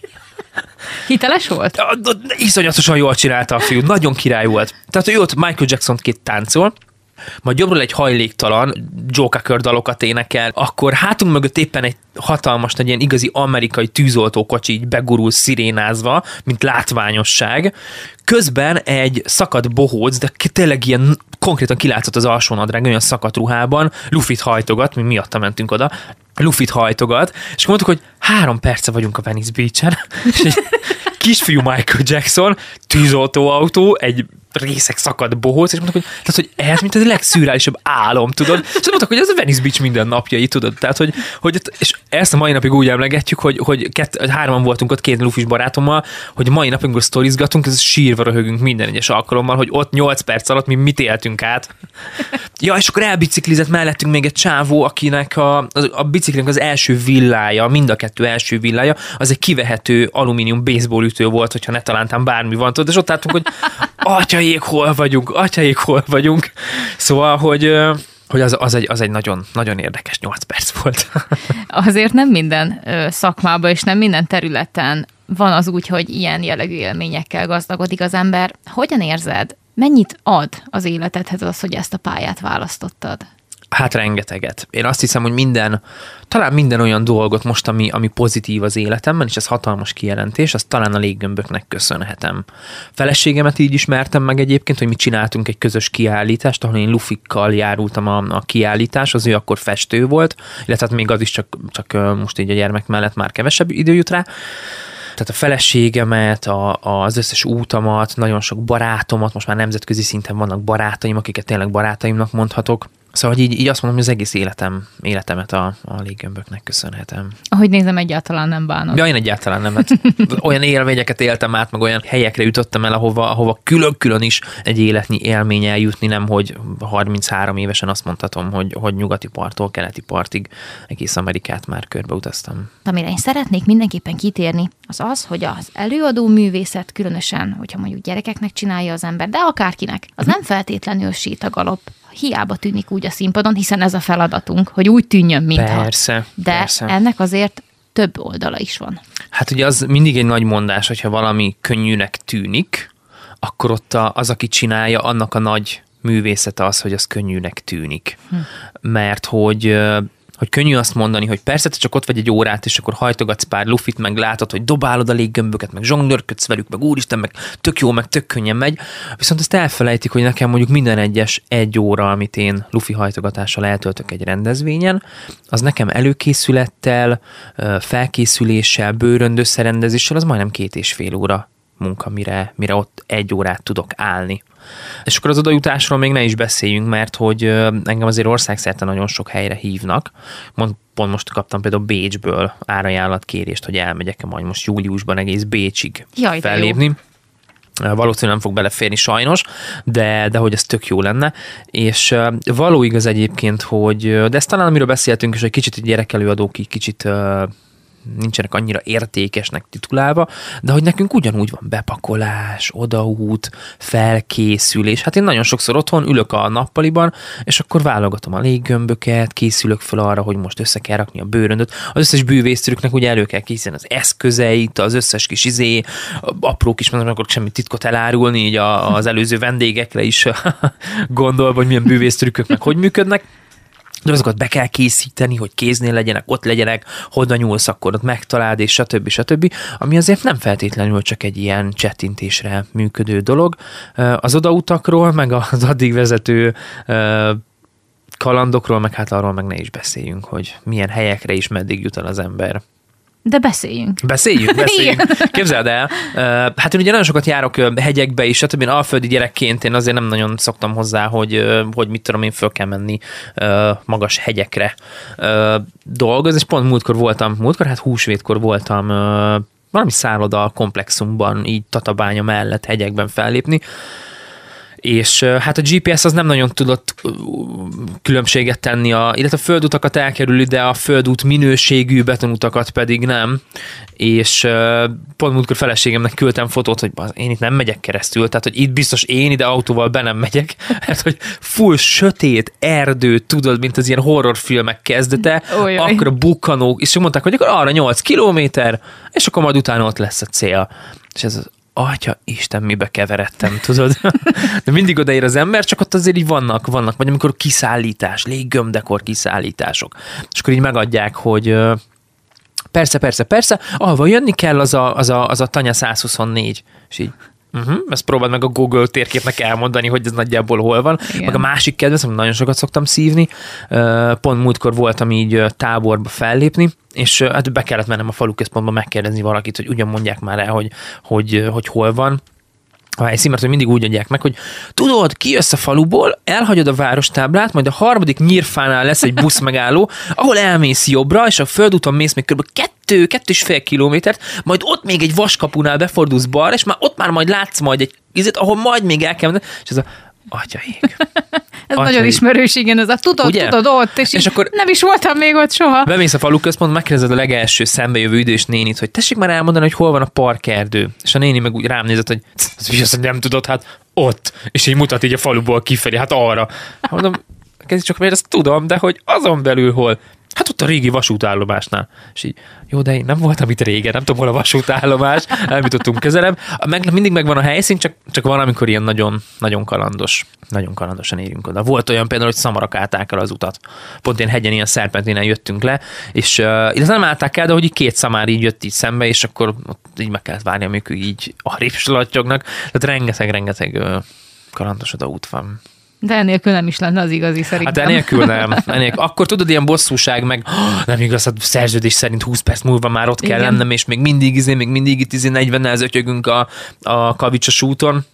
Hiteles volt? Iszonyatosan jól csinálta a fiú, nagyon király volt. Tehát ő ott Michael Jackson két táncol, majd jobbról egy hajléktalan Joe Cocker dalokat énekel, akkor hátunk mögött éppen egy hatalmas, egy ilyen igazi amerikai tűzoltókocsi így begurul szirénázva, mint látványosság. Közben egy szakadt bohóc, de tényleg ilyen konkrétan kilátszott az alsónadrág, olyan szakadt ruhában, lufit hajtogat, mi miatta mentünk oda, lufit hajtogat, és mondtuk, hogy három perce vagyunk a Venice Beach-en, és egy kisfiú Michael Jackson, tűzoltóautó, egy részek szakadt bohóc, és mondtuk, hogy, tehát, hogy ez mint a legszürreálisabb álom, tudod? És mondtak, hogy ez a Venice Beach minden napjai, tudod? Tehát, hogy, hogy és ezt a mai napig úgy emlegetjük, hogy, hogy kett, hárman voltunk ott két lufis barátommal, hogy mai napig, amikor sztorizgatunk, ez sírva röhögünk minden egyes alkalommal, hogy ott nyolc perc alatt mi mit éltünk át. Ja, és akkor elbiciklizett mellettünk még egy csávó, akinek a, a, a biciklinek az első villája, mind a kettő első villája, az egy kivehető alumínium baseballütő volt, hogyha ne talántán bármi van, tudod? És ott álltunk, hogy atyaék, hol vagyunk, atyaék, hol vagyunk. Szóval, hogy, hogy az, az, egy, az egy nagyon, nagyon érdekes nyolc perc volt. Azért nem minden szakmában és nem minden területen van az úgy, hogy ilyen jellegű élményekkel gazdagodik az ember. Hogyan érzed? Mennyit ad az életedhez az, hogy ezt a pályát választottad? Hát rengeteget. Én azt hiszem, hogy minden, talán minden olyan dolgot most, ami, ami pozitív az életemben, és ez hatalmas kijelentés, azt talán a léggömböknek köszönhetem. Feleségemet így ismertem meg egyébként, hogy mi csináltunk egy közös kiállítást, ahol én lufikkal járultam a, a kiállítás, az ő akkor festő volt, illetve hát még az is csak, csak most így a gyermek mellett már kevesebb idő jut rá. Tehát a feleségemet, a, az összes útamat, nagyon sok barátomat, most már nemzetközi szinten vannak barátaim, akiket tényleg barátaimnak mondhatok. Szóval így, így azt mondom, hogy az egész életem, életemet a, a léggömböknek köszönhetem. Ahogy nézem, egyáltalán nem bánod. Ja, én egyáltalán nem. Hát olyan élményeket éltem át, meg olyan helyekre jutottam el, ahova, ahova külön-külön is egy életnyi élmény eljutni, nem hogy harminchárom évesen azt mondhatom, hogy, hogy nyugati parttól keleti partig egész Amerikát már körbeutaztam. Amire én szeretnék mindenképpen kitérni, az az, hogy az előadó művészet, különösen, hogyha mondjuk gyerekeknek csinálja az ember, de akárkinek, az nem feltétlenül sétagalop. Hiába tűnik úgy a színpadon, hiszen ez a feladatunk, hogy úgy tűnjön, mintha. Persze, De persze. ennek azért több oldala is van. Hát ugye az mindig egy nagy mondás, hogyha valami könnyűnek tűnik, akkor ott az, aki csinálja, annak a nagy művészete az, hogy az könnyűnek tűnik. Hm. Mert hogy... hogy könnyű azt mondani, hogy persze, te csak ott vagy egy órát, és akkor hajtogatsz pár lufit, meg látod, hogy dobálod a léggömböket, meg zsonglőrködsz velük, meg úristen, meg tök jó, meg tök könnyen megy. Viszont azt elfelejtik, hogy nekem mondjuk minden egyes egy óra, amit én lufi hajtogatással eltöltök egy rendezvényen, az nekem előkészülettel, felkészüléssel, bőröndösszerendezéssel, az majdnem két és fél óra munka, mire, mire ott egy órát tudok állni. És akkor az odajutásról még ne is beszéljünk, mert hogy engem azért országszerte nagyon sok helyre hívnak. Pont most kaptam például Bécsből árajánlatkérést, hogy elmegyek majd most júliusban egész Bécsig Jaj, fellépni. Valószínűleg nem fog beleférni sajnos, de, de hogy ez tök jó lenne. És való igaz egyébként, hogy, de ezt talán amiről beszéltünk is, hogy kicsit gyerekelőadók így kicsit nincsenek annyira értékesnek titulálva, de hogy nekünk ugyanúgy van bepakolás, odaút, felkészülés. Hát én nagyon sokszor otthon ülök a nappaliban, és akkor válogatom a léggömböket, készülök fel arra, hogy most össze kell rakni a bőröndöt. Az összes bűvésztörüknek ugye elő kell készíteni az eszközeit, az összes kis izé, apró kis, nem akarok semmi titkot elárulni, így az előző vendégekre is gondolva, hogy milyen bűvésztörükök meg hogy működnek. De azokat be kell készíteni, hogy kéznél legyenek, ott legyenek, hozzá nyúlsz, akkor ott megtaláld, és stb. stb. Ami azért nem feltétlenül csak egy ilyen csettintésre működő dolog. Az odautakról, meg az addig vezető kalandokról, meg hát arról meg ne is beszéljünk, hogy milyen helyekre is meddig jut el az ember. De beszéljünk. Beszéljünk, beszéljünk. Képzeld el. Hát én ugye nagyon sokat járok hegyekbe is, stb. Én alföldi gyerekként én azért nem nagyon szoktam hozzá, hogy, hogy mit tudom én, föl kell menni magas hegyekre dolgozni, és pont múltkor voltam, múltkor, hát húsvétkor voltam valami szálloda komplexumban, így Tatabánya mellett hegyekben fellépni, és hát a gé pé es az nem nagyon tudott különbséget tenni, a, illetve a földutakat elkerüli, de a földút minőségű betonutakat pedig nem, és pont múltkor feleségemnek küldtem fotót, hogy én itt nem megyek keresztül, tehát hogy itt biztos én ide autóval be nem megyek, hát hogy full sötét erdő, tudod, mint az ilyen horrorfilmek kezdete, Ojjaj. akkor a bukkanók, és mondták, hogy akkor arra nyolc kilométer, és akkor majd utána ott lesz a cél. És ez az Atya Isten, mibe keveredtem, tudod? De mindig odaér az ember, csak ott azért így vannak, vannak, vagy amikor kiszállítás, léggömbdekor kiszállítások. És akkor így megadják, hogy persze, persze, persze, ahova jönni kell, az a, az a, az a Tanya száz huszonnégy. És így, uh-huh, ezt próbáld meg a Google térképnek elmondani, hogy ez nagyjából hol van. Igen. Meg a másik kedvenc, amit nagyon sokat szoktam szívni, pont múltkor voltam így táborba fellépni, és hát be kellett mennem a faluközpontba megkérdezni valakit, hogy ugyan mondják már el, hogy, hogy, hogy hol van a helyszín, mert hogy mindig úgy adják meg, hogy tudod, kijössz a faluból, elhagyod a várostáblát, majd a harmadik nyírfánál lesz egy busz megálló, ahol elmész jobbra, és a földúton mész még kb. kettő, kettő és fél kilométert, majd ott még egy vaskapunál befordulsz balra, és már ott már majd látsz majd egy izét, ahol majd még el kell menni, és ez a atyaik. Ez Atyaik. Nagyon ismerős, igen, ez a tudod, ugye? tudod ott, és, és akkor nem is voltam még ott soha. Bemész a faluközpont, megkérdezed a legelső szembejövő idős nénit, hogy tessék már elmondani, hogy hol van a parkerdő. És a néni meg úgy rám nézett, hogy az nem tudod, hát ott. És így mutat így a faluból kifelé, hát arra. Mondom, kezdj csak, mert ezt tudom, de hogy azon belül hol. Hát ott a régi vasútállomásnál. És így, jó, de én nem voltam itt régen, nem tudom, hol a vasútállomás, elmutottunk közelebb. Meg, mindig megvan a helyszín, csak, csak van, amikor ilyen nagyon, nagyon kalandos, nagyon kalandosan érünk oda. Volt olyan például, hogy szamarak állták el az utat. Pont ilyen hegyen, ilyen szerpenténen jöttünk le, és uh, illetve nem állták el, de hogy így két szamár így jött így szembe, és akkor ott így meg kellett várni, amikor így arrébb slatyognak. Tehát rengeteg-rengeteg uh, kalandos oda út van. De enélkül nem is lenne az igazi, szerintem. Hát enélkül nem. Enélkül. Akkor tudod, ilyen bosszúság, meg oh, nem igaz, hát szerződés szerint húsz perc múlva már ott kell lennem, és még mindig izé, még mindig itt izé negyvennel zötyögünk a, a Kavicsos úton.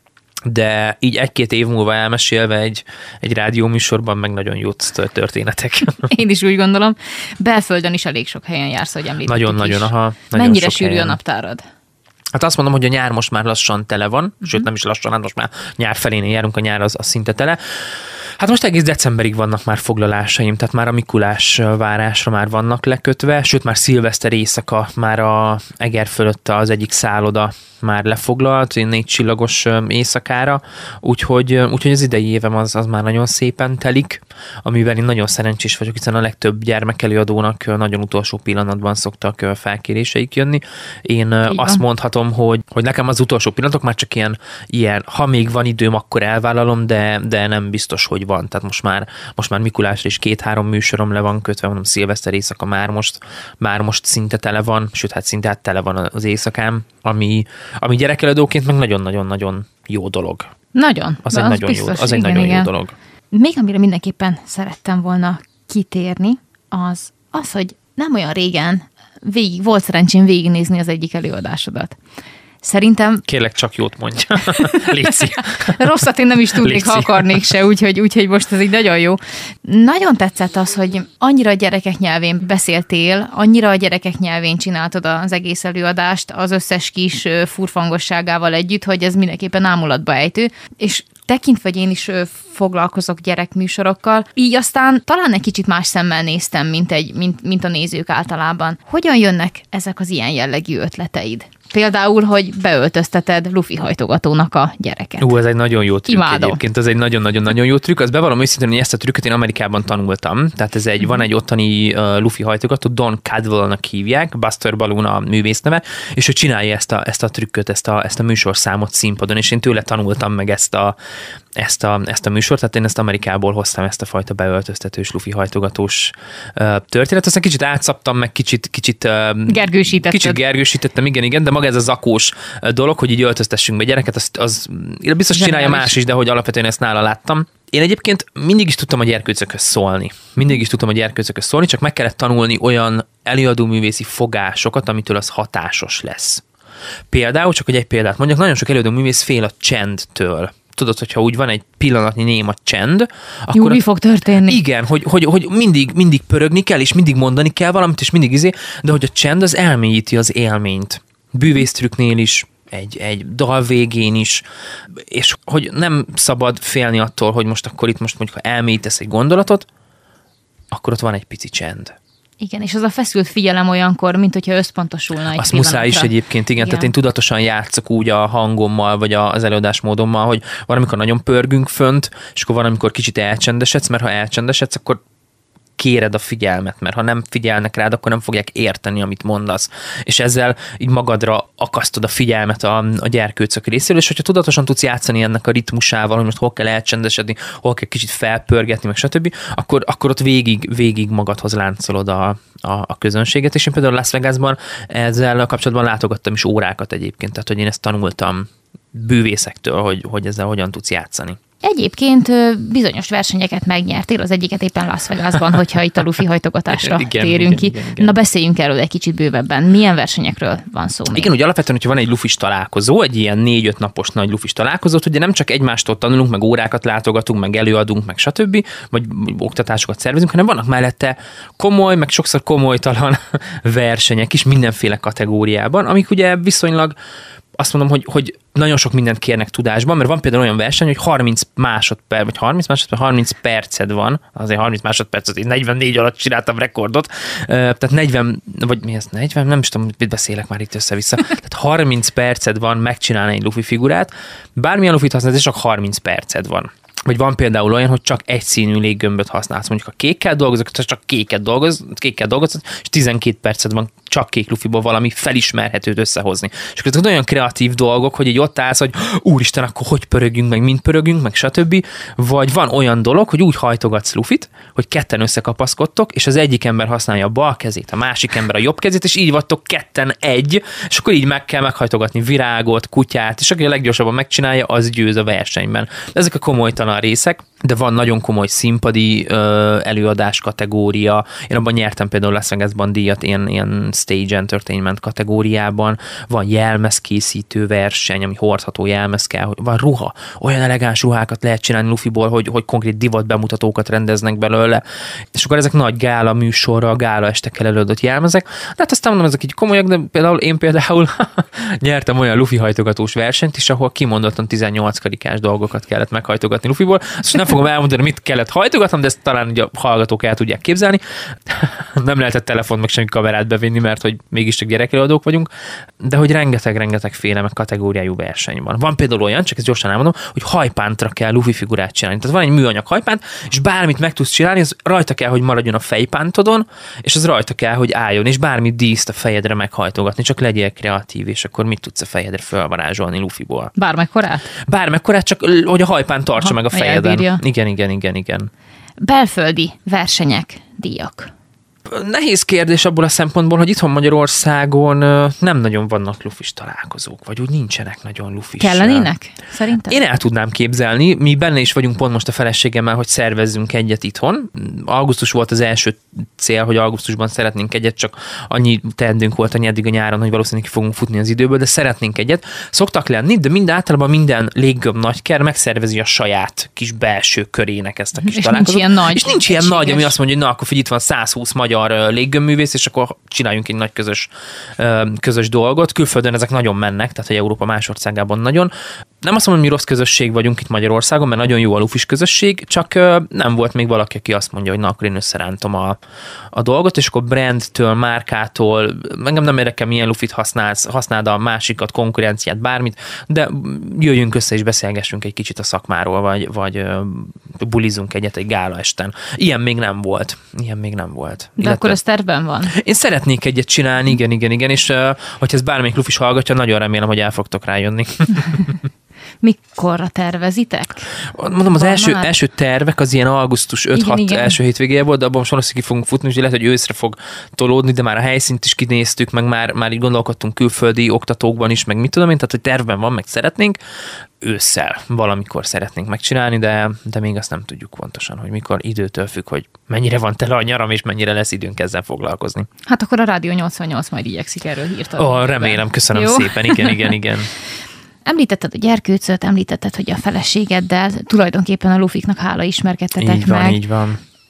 De így egy-két év múlva elmesélve egy, egy rádióműsorban meg nagyon jó történetek. Én is úgy gondolom. Belföldön is elég sok helyen jársz, hogy említettük is. Nagyon-nagyon, aha. Nagyon Mennyire sűrű helyen. A naptárad? Hát azt mondom, hogy a nyár most már lassan tele van, uh-huh. sőt nem is lassan, hát most már nyár felénél járunk, a nyár az, az szinte tele. Hát most egész decemberig vannak már foglalásaim, tehát már a Mikulás várásra már vannak lekötve, sőt már szilveszter éjszaka már a Eger fölött az egyik szálloda már lefoglalt, négy csillagos éjszakára, úgyhogy, úgyhogy az idei évem az, az már nagyon szépen telik, amivel én nagyon szerencsés vagyok, hiszen a legtöbb gyermekelőadónak nagyon utolsó pillanatban szoktak felkéréseik jönni. Én azt mondhatom, hogy, hogy nekem az utolsó pillanatok már csak ilyen, ilyen, ha még van időm, akkor elvállalom, de, de nem biztos, hogy van. Tehát most már, most már Mikulásra is két-három műsorom le van kötve, mondom, szilveszter éjszaka már most, már most szinte tele van, sőt, hát szinte hát tele van az éjszakám, ami, ami gyerekeladóként meg nagyon-nagyon-nagyon jó dolog. Nagyon. Az egy az nagyon, biztos, jó, az igen, egy nagyon igen. jó dolog. Még amire mindenképpen szerettem volna kitérni, az az, hogy nem olyan régen végig, volt szerencsém végignézni az egyik előadásodat. Szerintem... Kérlek, csak jót mondja. Léci. Rosszat én nem is tudnék, Léci. Ha akarnék se, úgyhogy, úgyhogy most ez így nagyon jó. Nagyon tetszett az, hogy annyira a gyerekek nyelvén beszéltél, annyira a gyerekek nyelvén csináltad az egész előadást, az összes kis furfangosságával együtt, hogy ez mindenképpen ámulatba ejtő, és tekintve, hogy én is foglalkozok gyerekműsorokkal, így aztán talán egy kicsit más szemmel néztem, mint, egy, mint, mint a nézők általában. Hogyan jönnek ezek az ilyen jellegű ötleteid? Például, hogy beöltözteted lufi hajtogatónak a gyereket. Ú, ez egy nagyon jó trükk Imádom. Egyébként, ez egy nagyon-nagyon-nagyon jó trükk. Az bevallom őszintén, hogy ezt a trükköt én Amerikában tanultam. Tehát ez egy, mm. van egy ottani uh, lufi hajtogató, Don Cadwell-nak hívják, Buster Balloon a művész neve, és ő csinálja ezt a, ezt a trükköt, ezt a, ezt a műsorszámot színpadon, és én tőle tanultam meg ezt a, ezt a, ezt a műsort, tehát én ezt Amerikából hoztam, ezt a fajta beöltöztetős, lufi hajtogatós uh, történet. Aztán kicsit átszaptam, meg kicsit, kicsit, uh, gergősítetted. kicsit gergősítettem, igen, igen, de maga ez a zakós dolog, hogy így öltöztessünk be gyereket, az, az biztos csinálja más is, de hogy alapvetően ezt nála láttam. Én egyébként mindig is tudtam a gyerkőcökhöz szólni. Mindig is tudtam a gyerkőcökhöz szólni, csak meg kellett tanulni olyan előadóművészi fogásokat, amitől az hatásos lesz. Például, csak hogy egy példát mondjak, nagyon sok előadóművész fél a csendtől. Tudod, hogyha úgy van egy pillanatnyi néma csend, akkor... Jó, mi fog történni? Igen, hogy, hogy, hogy mindig, mindig pörögni kell, és mindig mondani kell valamit, és mindig izé, de hogy a csend az elmélyíti az élményt. Bűvésztrüknél is, egy, egy dal végén is, és hogy nem szabad félni attól, hogy most akkor itt most mondjuk, ha elmélyítesz egy gondolatot, akkor ott van egy pici csend. Igen, és az a feszült figyelem olyankor, mint hogyha összpontosulna egy Azt muszáj is egyébként, igen, igen. Tehát én tudatosan játszok úgy a hangommal, vagy az előadásmódommal, hogy valamikor nagyon pörgünk fönt, és akkor valamikor kicsit elcsendesedsz, mert ha elcsendesedsz, akkor kéred a figyelmet, mert ha nem figyelnek rád, akkor nem fogják érteni, amit mondasz. És ezzel így magadra akasztod a figyelmet a, a gyerkőcök részéről, és hogyha tudatosan tudsz játszani ennek a ritmusával, hogy most hol kell elcsendesedni, hol kell kicsit felpörgetni, meg stb., akkor, akkor ott végig, végig magadhoz láncolod a, a, a közönséget, és én például Las Vegasban ezzel kapcsolatban látogattam is órákat egyébként, tehát hogy én ezt tanultam bűvészektől, hogy, hogy ezzel hogyan tudsz játszani. Egyébként bizonyos versenyeket megnyertél, az egyiket éppen Las Vegasban, hogyha itt a lufi hajtogatásra igen, térünk igen, ki. Igen, igen. Na beszéljünk erről egy kicsit bővebben. Milyen versenyekről van szó még? Igen, ugye alapvetően, hogyha van egy lufis találkozó, egy ilyen négy-öt napos nagy lufis találkozót, ugye nem csak egymástól tanulunk, meg órákat látogatunk, meg előadunk, meg stb., vagy oktatásokat szervezünk, hanem vannak mellette komoly, meg sokszor komolytalan versenyek is mindenféle kategóriában, amik ugye viszonylag azt mondom, hogy, hogy nagyon sok mindent kérnek tudásban, mert van például olyan verseny, hogy harminc másodperc, vagy harminc másodperc, harminc perced van, azért harminc másodperc, én negyvennégy alatt csináltam rekordot, tehát negyven, vagy mi ez, negyven, nem is tudom, mit beszélek már itt össze-vissza, tehát harminc perced van megcsinálni egy lufi figurát, bármilyen lufit használsz, és csak harminc perced van. Vagy van például olyan, hogy csak egy színű léggömböt használsz. Mondjuk, ha kékkel dolgozok, csak kéket dolgoz, kékkel dolgozol, és tizenkét perced van csak kék lufiból valami felismerhetőt összehozni. És akkor ezek olyan kreatív dolgok, hogy így ott állsz, hogy úristen, akkor hogy pörögjünk, meg mind pörögjünk, meg stb. Vagy van olyan dolog, hogy úgy hajtogatsz lufit, hogy ketten összekapaszkodtok, és az egyik ember használja a bal kezét, a másik ember a jobb kezét, és így vagytok ketten egy, és akkor így meg kell meghajtogatni virágot, kutyát, és aki a leggyorsabban megcsinálja, az győz a versenyben. Ezek a komolytalan részek, de van nagyon komoly színpadi ö, előadás kategória. Én abban nyertem például Las Vegasban díjat, ilyen, ilyen stage entertainment kategóriában. Van jelmezkészítő verseny, ami hordható jelmez kell, hogy van ruha. Olyan elegáns ruhákat lehet csinálni lufiból, hogy, hogy konkrét divat bemutatókat rendeznek belőle. És akkor ezek nagy gála műsorra, gála estekkel előadott jelmezek. De hát aztán mondom, ezek így komolyak, de például én például nyertem olyan lufi hajtogatós versenyt is, ahol kimondottan tizennyolc karikás dolgokat kellett meghajtogatni lufiból. Azt nem fogom elmondani, mit kellett hajtogatnom, de ezt talán ugye a hallgatók el tudják képzelni. Nem lehetett telefont meg semmi kamerát bevinni, mert hogy mégiscsak gyerekelőadók vagyunk, de hogy rengeteg-rengeteg féle meg kategóriájú verseny van. Van például olyan, csak ezt gyorsan elmondom, hogy hajpántra kell lufi figurát csinálni. Tehát van egy műanyag hajpánt, és bármit meg tudsz csinálni, az rajta kell, hogy maradjon a fejpántodon, és az rajta kell, hogy álljon, és bármit díszt a fejedre meghajtogatni, csak legyél kreatív, és akkor mit tudsz a fejedre fölvarázsolni lufiból. Bármekkorát? Bármekkorát, csak hogy a hajpánt tartsa meg a fejeden. Igen, igen, igen, igen. Belföldi versenyek, díjak. Nehéz kérdés abból a szempontból, hogy itthon Magyarországon nem nagyon vannak lufis találkozók, vagy úgy nincsenek nagyon lufis. Kellenének? Szerintem? Én el tudnám képzelni. Mi benne is vagyunk pont most a feleségemmel, hogy szervezzünk egyet itthon. Augusztus volt az első cél, hogy augusztusban szeretnénk egyet, csak annyi teendőnk volt annyi eddig a nyáron, hogy valószínűleg ki fogunk futni az időből, de szeretnénk egyet. Szoktak lenni, de mind általában minden léggömb nagyker megszervezi a saját kis belső körének ezt a kis és találkozót. Nincs ilyen nagy. És nincs ilyen nagy, ami azt mondja, hogy na, akkor figyelj, itt van száz húsz magyar léggömbművész, és akkor csináljunk egy nagy közös, közös dolgot. Külföldön ezek nagyon mennek, tehát hogy Európa más országában nagyon. Nem azt mondom, hogy mi rossz közösség vagyunk itt Magyarországon, mert nagyon jó a lufis közösség, csak nem volt még valaki, aki azt mondja, hogy na, akkor én összerántom a, a dolgot, és akkor brandtől, márkától, engem nem érdekel, milyen lufit használsz, használd a másikat, konkurenciát, bármit, de jöjjünk össze és beszélgessünk egy kicsit a szakmáról, vagy, vagy bulizunk egyet egy gála esten. Ilyen még nem volt. Ilyen még nem volt. De illetve, akkor ez tervben van? Én szeretnék egyet csinálni, igen, igen, igen, és hogyha ez bármelyik lufis hallgatja, nagyon remélem, hogy el fogtok rájönni. Mikorra tervezitek? Mondom, az első, első tervek az ilyen augusztus öt-hat első hétvégéje volt, de abban most valószínűleg ki fogunk futni, úgyhogy lehet, hogy őszre fog tolódni, de már a helyszínt is kinéztük, meg már, már így gondolkodtunk külföldi oktatókban is, meg mit tudom én, tehát hogy tervben van, meg szeretnénk. Ősszel valamikor szeretnénk megcsinálni, de, de még azt nem tudjuk pontosan, hogy mikor, időtől függ, hogy mennyire van tele a nyaram, és mennyire lesz időnk ezzel foglalkozni. Hát akkor a Rádió nyolcvannyolc majd igyekszik erről hírt adni. Ó, remélem, köszönöm Jó? szépen, igen, igen, igen. Említetted a gyerkőcöt, említetted, hogy a feleségeddel tulajdonképpen a lufiknak hála ismerkedtetek így van, meg. Így van,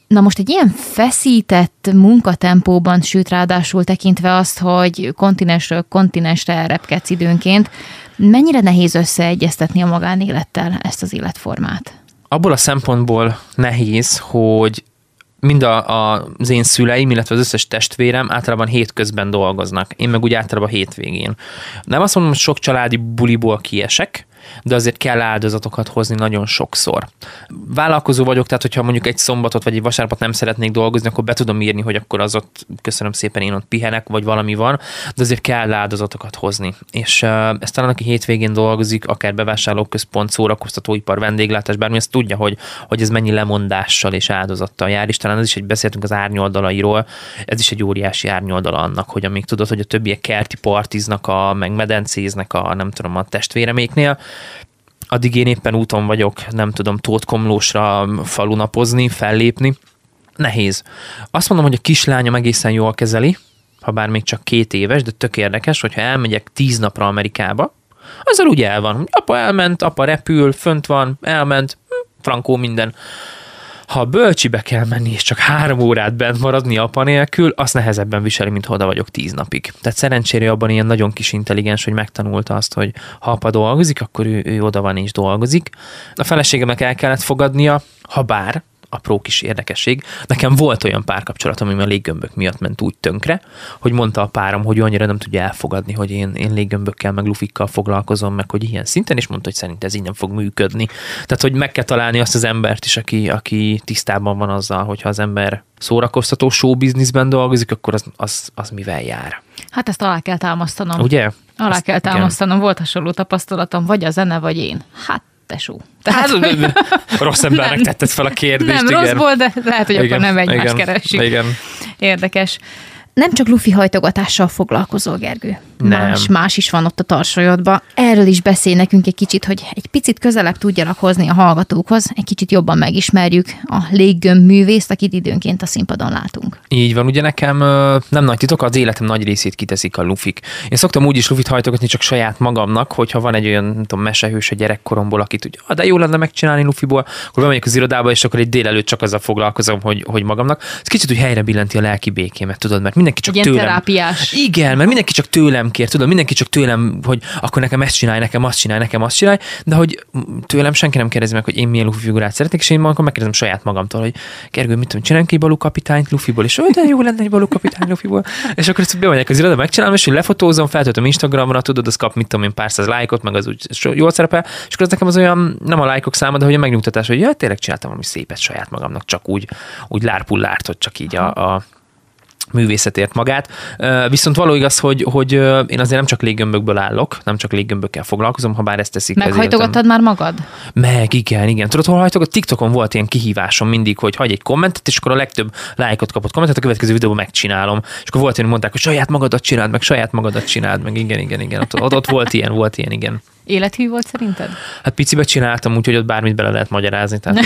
Na most egy ilyen feszített munkatempóban, sőt ráadásul tekintve azt, hogy kontinensről kontinensre repkedsz időnként, mennyire nehéz összeegyeztetni a magánélettel ezt az életformát? Abból a szempontból nehéz, hogy mind a, a, az én szüleim, illetve az összes testvérem általában hétközben dolgoznak. Én meg úgy általában hétvégén. Nem azt mondom, hogy sok családi buliból kiesek, de azért kell áldozatokat hozni nagyon sokszor. Vállalkozó vagyok, tehát hogyha mondjuk egy szombatot vagy egy vasárnapot nem szeretnék dolgozni, akkor be tudom írni, hogy akkor az ott, köszönöm szépen, én ott pihenek, vagy valami van, de azért kell áldozatokat hozni. És uh, ezt talán, aki hétvégén dolgozik, akár bevásárlóközpont, szórakoztatóipar, vendéglátás, bármi, ezt tudja, hogy, hogy ez mennyi lemondással és áldozattal jár, és talán ez is egy, beszéltünk az árnyoldalairól, ez is egy óriási árnyoldala annak, hogy amíg tudod, hogy a többiek kerti partiznak, a, meg medencéznek a, nem tudom, a testvéreméknél, addig én éppen úton vagyok, nem tudom, Tótkomlósra falunapozni, fellépni. Nehéz. Azt mondom, hogy a kislányom egészen jól kezeli, ha bár még csak két éves, de tök érdekes, hogyha elmegyek tíz napra Amerikába, azzal úgy el van. Apa elment, apa repül, fönt van, elment, frankó minden. Ha a bölcsibe kell menni, és csak három órát bent maradni apa nélkül, azt nehezebben viseli, mint ha oda vagyok tíz napig. Tehát szerencsére abban ilyen nagyon kis intelligens, hogy megtanulta azt, hogy ha apa dolgozik, akkor ő, ő oda van és dolgozik. A feleségemnek el kellett fogadnia, ha bár, apró kis érdekesség. Nekem volt olyan párkapcsolatom, ami a léggömbök miatt ment úgy tönkre, hogy mondta a párom, hogy annyira nem tudja elfogadni, hogy én, én léggömbökkel, meg lufikkal foglalkozom, meg hogy ilyen szinten, és mondta, hogy szerint ez így nem fog működni. Tehát, hogy meg kell találni azt az embert is, aki, aki tisztában van azzal, hogyha az ember szórakoztató showbizniszben dolgozik, akkor az, az, az mivel jár. Hát ezt alá kell támasztanom. Ugye? Alá Azt, kell támasztanom. Igen. Volt hasonló tapasztalatom, vagy a zene, vagy én. Hát tesó. Tehát, hát, rossz embernek nem, tetted fel a kérdést. Nem igen. rosszból, de lehet, hogy igen, akkor nem egymást keressük. Igen. Érdekes. Nem csak lufi hajtogatással foglalkozol, Gergő. Nem. Más, más is van ott a tarsolyodban. Erről is beszélj nekünk egy kicsit, hogy egy picit közelebb tudjanak hozni a hallgatókhoz, egy kicsit jobban megismerjük a léggömb művészt, akit időnként a színpadon látunk. Így van, ugye nekem nem nagy titok, az életem nagy részét kiteszik a lufik. Én szoktam úgy is lufit hajtogatni csak saját magamnak, hogyha van egy olyan, nem tudom, mesehős a gyerekkoromból, akit úgy, de jó lenne megcsinálni lufiból, akkor bemegyek az irodába, és akkor egy délelőtt csak azzal foglalkozom, hogy, hogy magamnak. Ez kicsit úgy helyre billenti a lelki békémet, tudod, mert mindenki csak tőlem. Terápiás. Igen, mert mindenki csak tőlem kér, tudod, mindenki csak tőlem, hogy akkor nekem ezt csinálj, nekem azt csinálj, nekem azt csinálj, de hogy tőlem senki nem kérdezi meg, hogy én milyen lufi figurát szeretnék, és én akkor megkérdezem saját magamtól, hogy Gergő, mit tudom, csináljunk egy Balú kapitányt lufiból, és olyan, de jó lenne egy Balú kapitány lufiból. És akkor ezt bemegyek az iroda, megcsinálom, és lefotózom, feltöltöm Instagramra, tudod, az kap, mit tudom én, pár száz lájkot, meg az úgy jól szerepel, és akkor ez nekem az olyan, nem a lájkok száma, de hogy a megnyugtatás, hogy ja, tényleg csináltam valami szépet saját magamnak, csak úgy, úgy lárpullárt, hogy csak így a, a művészetért magát. Viszont való igaz, hogy, hogy én azért nem csak léggömbökből állok, nem csak léggömbökkel foglalkozom, ha bár ezt teszik. Meghajtogattad már magad? Meg, igen, igen. Tudod, hol hajtogat? TikTokon volt ilyen kihívásom mindig, hogy hagyj egy kommentet, és akkor a legtöbb lájkot kapott kommentet, a következő videóban megcsinálom. És akkor volt ilyen, hogy mondták, hogy saját magadat csináld, meg saját magadat csináld, meg igen, igen, igen. Ott, ott, ott volt ilyen, volt ilyen, igen. Élethű volt szerinted? Hát picibe csináltam, úgyhogy ott bármit bele lehet magyarázni. Tehát,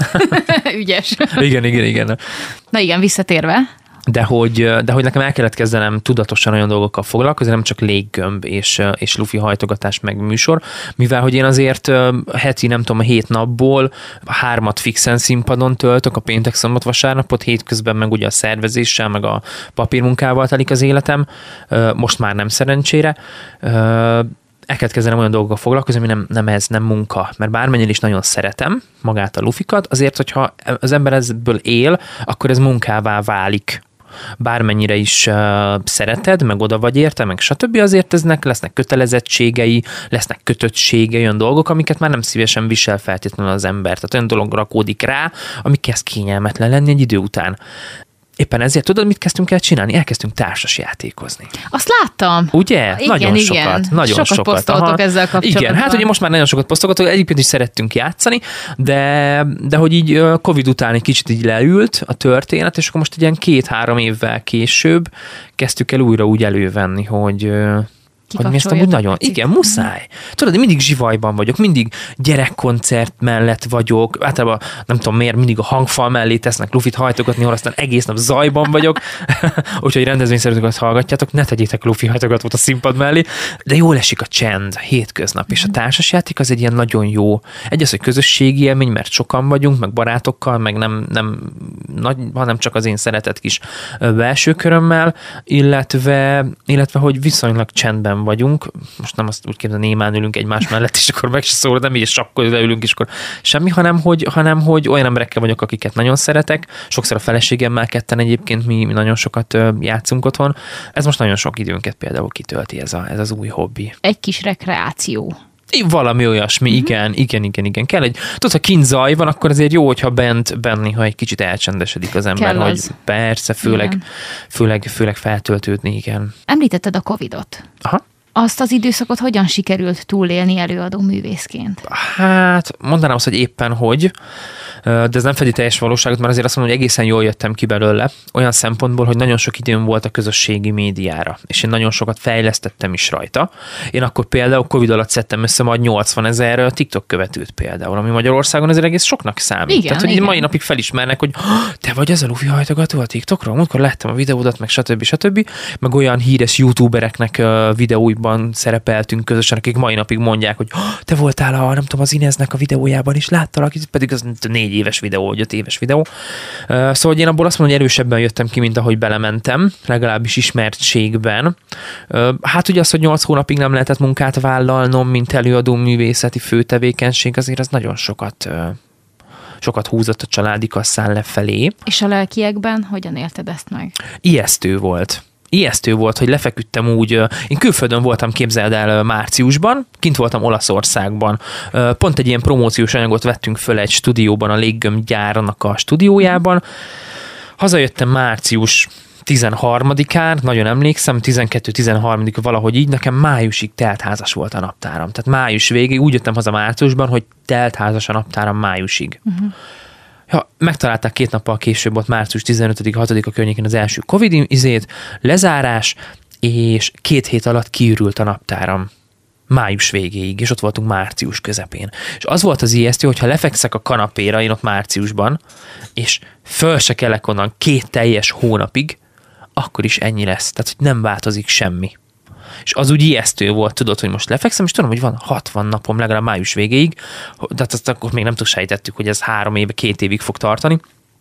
Ügyes. Igen, igen, igen. Na igen, visszatérve. De hogy, de hogy nekem el kellett kezdenem tudatosan olyan dolgokkal foglalkozni, nem csak léggömb és, és lufi hajtogatás meg műsor, mivel hogy én azért heti, nem tudom, a hét napból hármat fixen színpadon töltök, a péntek, szombat, vasárnapot, hétközben meg ugye a szervezéssel, meg a papírmunkával telik az életem, most már nem szerencsére. El kellett kezdenem olyan dolgokkal foglalkozni, ami nem, nem ez, nem munka. Mert bármennyire is nagyon szeretem magát a lufikat, azért, hogyha az ember ebből él, akkor ez munkává válik. Bármennyire is uh, szereted, meg oda vagy érte, meg stb. Azért eznek lesznek kötelezettségei, lesznek kötöttségei, olyan dolgok, amiket már nem szívesen visel feltétlenül az ember. Tehát olyan dolog rakódik rá, ami kezd kényelmetlen lenni egy idő után. Éppen ezért tudod, mit kezdtünk el csinálni? Elkezdtünk társas játékozni. Azt láttam. Ugye? Igen, nagyon igen. sokat. Nagyon sokat. Sokat posztoltok ezzel kapcsolatban. Igen, hát ugye most már nagyon sokat posztolgatok, egyébként is szerettünk játszani, de, de hogy így Covid után egy kicsit így leült a történet, és akkor most egy ilyen két-három évvel később kezdtük el újra úgy elővenni, hogy Hogy mi ezt amúgy nagyon, igen, muszáj. Tudod, én mindig zsivajban vagyok, mindig gyerekkoncert mellett vagyok, általában nem tudom miért, mindig a hangfal mellé tesznek lufit hajtogatni, ahol aztán egész nap zajban vagyok, úgyhogy rendezvényszerűtőket hallgatjátok, ne tegyétek lufi hajtogatót a színpad mellé, de jól esik a csend, hétköznap, és a társasjáték az egy ilyen nagyon jó, egy az, hogy közösségi élmény, mert sokan vagyunk, meg barátokkal, meg nem, nem nagy, hanem csak az én szeretett kis belső körömmel, illetve, illetve hogy viszonylag csendben vagyunk, most nem azt úgy képzel, némán ülünk egymás mellett, és akkor meg se szól, nem így sakkol, leülünk, és akkor semmi, hanem hogy, hanem hogy olyan emberekkel vagyok, akiket nagyon szeretek, sokszor a feleségemmel ketten egyébként mi, mi nagyon sokat játszunk otthon. Ez most nagyon sok időnket például kitölti ez, a, ez az új hobbi. Egy kis rekreáció. Valami olyasmi, mm-hmm. igen, igen, igen, igen. Kell egy, tudod, ha kint zaj van, akkor azért jó, hogyha bent, benni, ha egy kicsit elcsendesedik az ember, kell hogy az. Persze, főleg, főleg, főleg feltöltődni, igen. Említetted a Covidot. Aha. Azt az időszakot hogyan sikerült túlélni előadó művészként? Hát, mondanám azt, hogy éppen hogy, de ez nem fedi teljes valóságot, mert azért azt mondom, hogy egészen jól jöttem ki belőle, olyan szempontból, hogy nagyon sok időm volt a közösségi médiára, és én nagyon sokat fejlesztettem is rajta. Én akkor például Covid alatt szedtem össze majd nyolcvanezer TikTok követőt például, ami Magyarországon azért egész soknak számít. Igen, Tehát, hogy igen. mai napig felismernek, hogy te vagy ez a lufi hajtogató a TikTokról? Amikor láttam a videódat, meg stb. stb. Meg olyan híres youtubereknek videóiban szerepeltünk közösen, akik mai napig mondják, hogy te voltál a, nem tudom, az Ineznek a videójában is, láttalak, pedig az négy éves videó, vagy öt éves videó. Szóval én abból azt mondom, hogy erősebben jöttem ki, mint ahogy belementem, legalábbis ismertségben. Hát ugye az, hogy nyolc hónapig nem lehetett munkát vállalnom, mint előadó művészeti főtevékenység, azért az nagyon sokat sokat húzott a családi kasszán lefelé. És a lelkiekben hogyan élted ezt meg? Ijesztő volt. Ijesztő volt, hogy lefeküdtem úgy, én külföldön voltam, képzeld el, márciusban, kint voltam Olaszországban, pont egy ilyen promóciós anyagot vettünk föl egy stúdióban, a Léggömb gyárnak a stúdiójában, hazajöttem március tizenharmadikán, nagyon emlékszem, tizenkettő tizenharmadika valahogy így, nekem májusig teltházas volt a naptáram, tehát május végig, úgy jöttem haza márciusban, hogy teltházas a naptáram májusig. Uh-huh. Ja, megtalálták két nappal később, volt március tizenötödike hatodika környékén az első Covid izét, lezárás, és két hét alatt kiürült a naptáram. Május végéig, és ott voltunk március közepén. És az volt az ijesztő, hogyha lefekszek a kanapéra, én ott márciusban, és föl se kelek onnan két teljes hónapig, akkor is ennyi lesz. Tehát, hogy nem változik semmi. És az úgy ijesztő volt, tudod, hogy most lefekszem, és tudom, hogy van hatvan napom legalább május végéig, de azt akkor még nem tudsz sejtettük, hogy ez három éve, két évig fog tartani.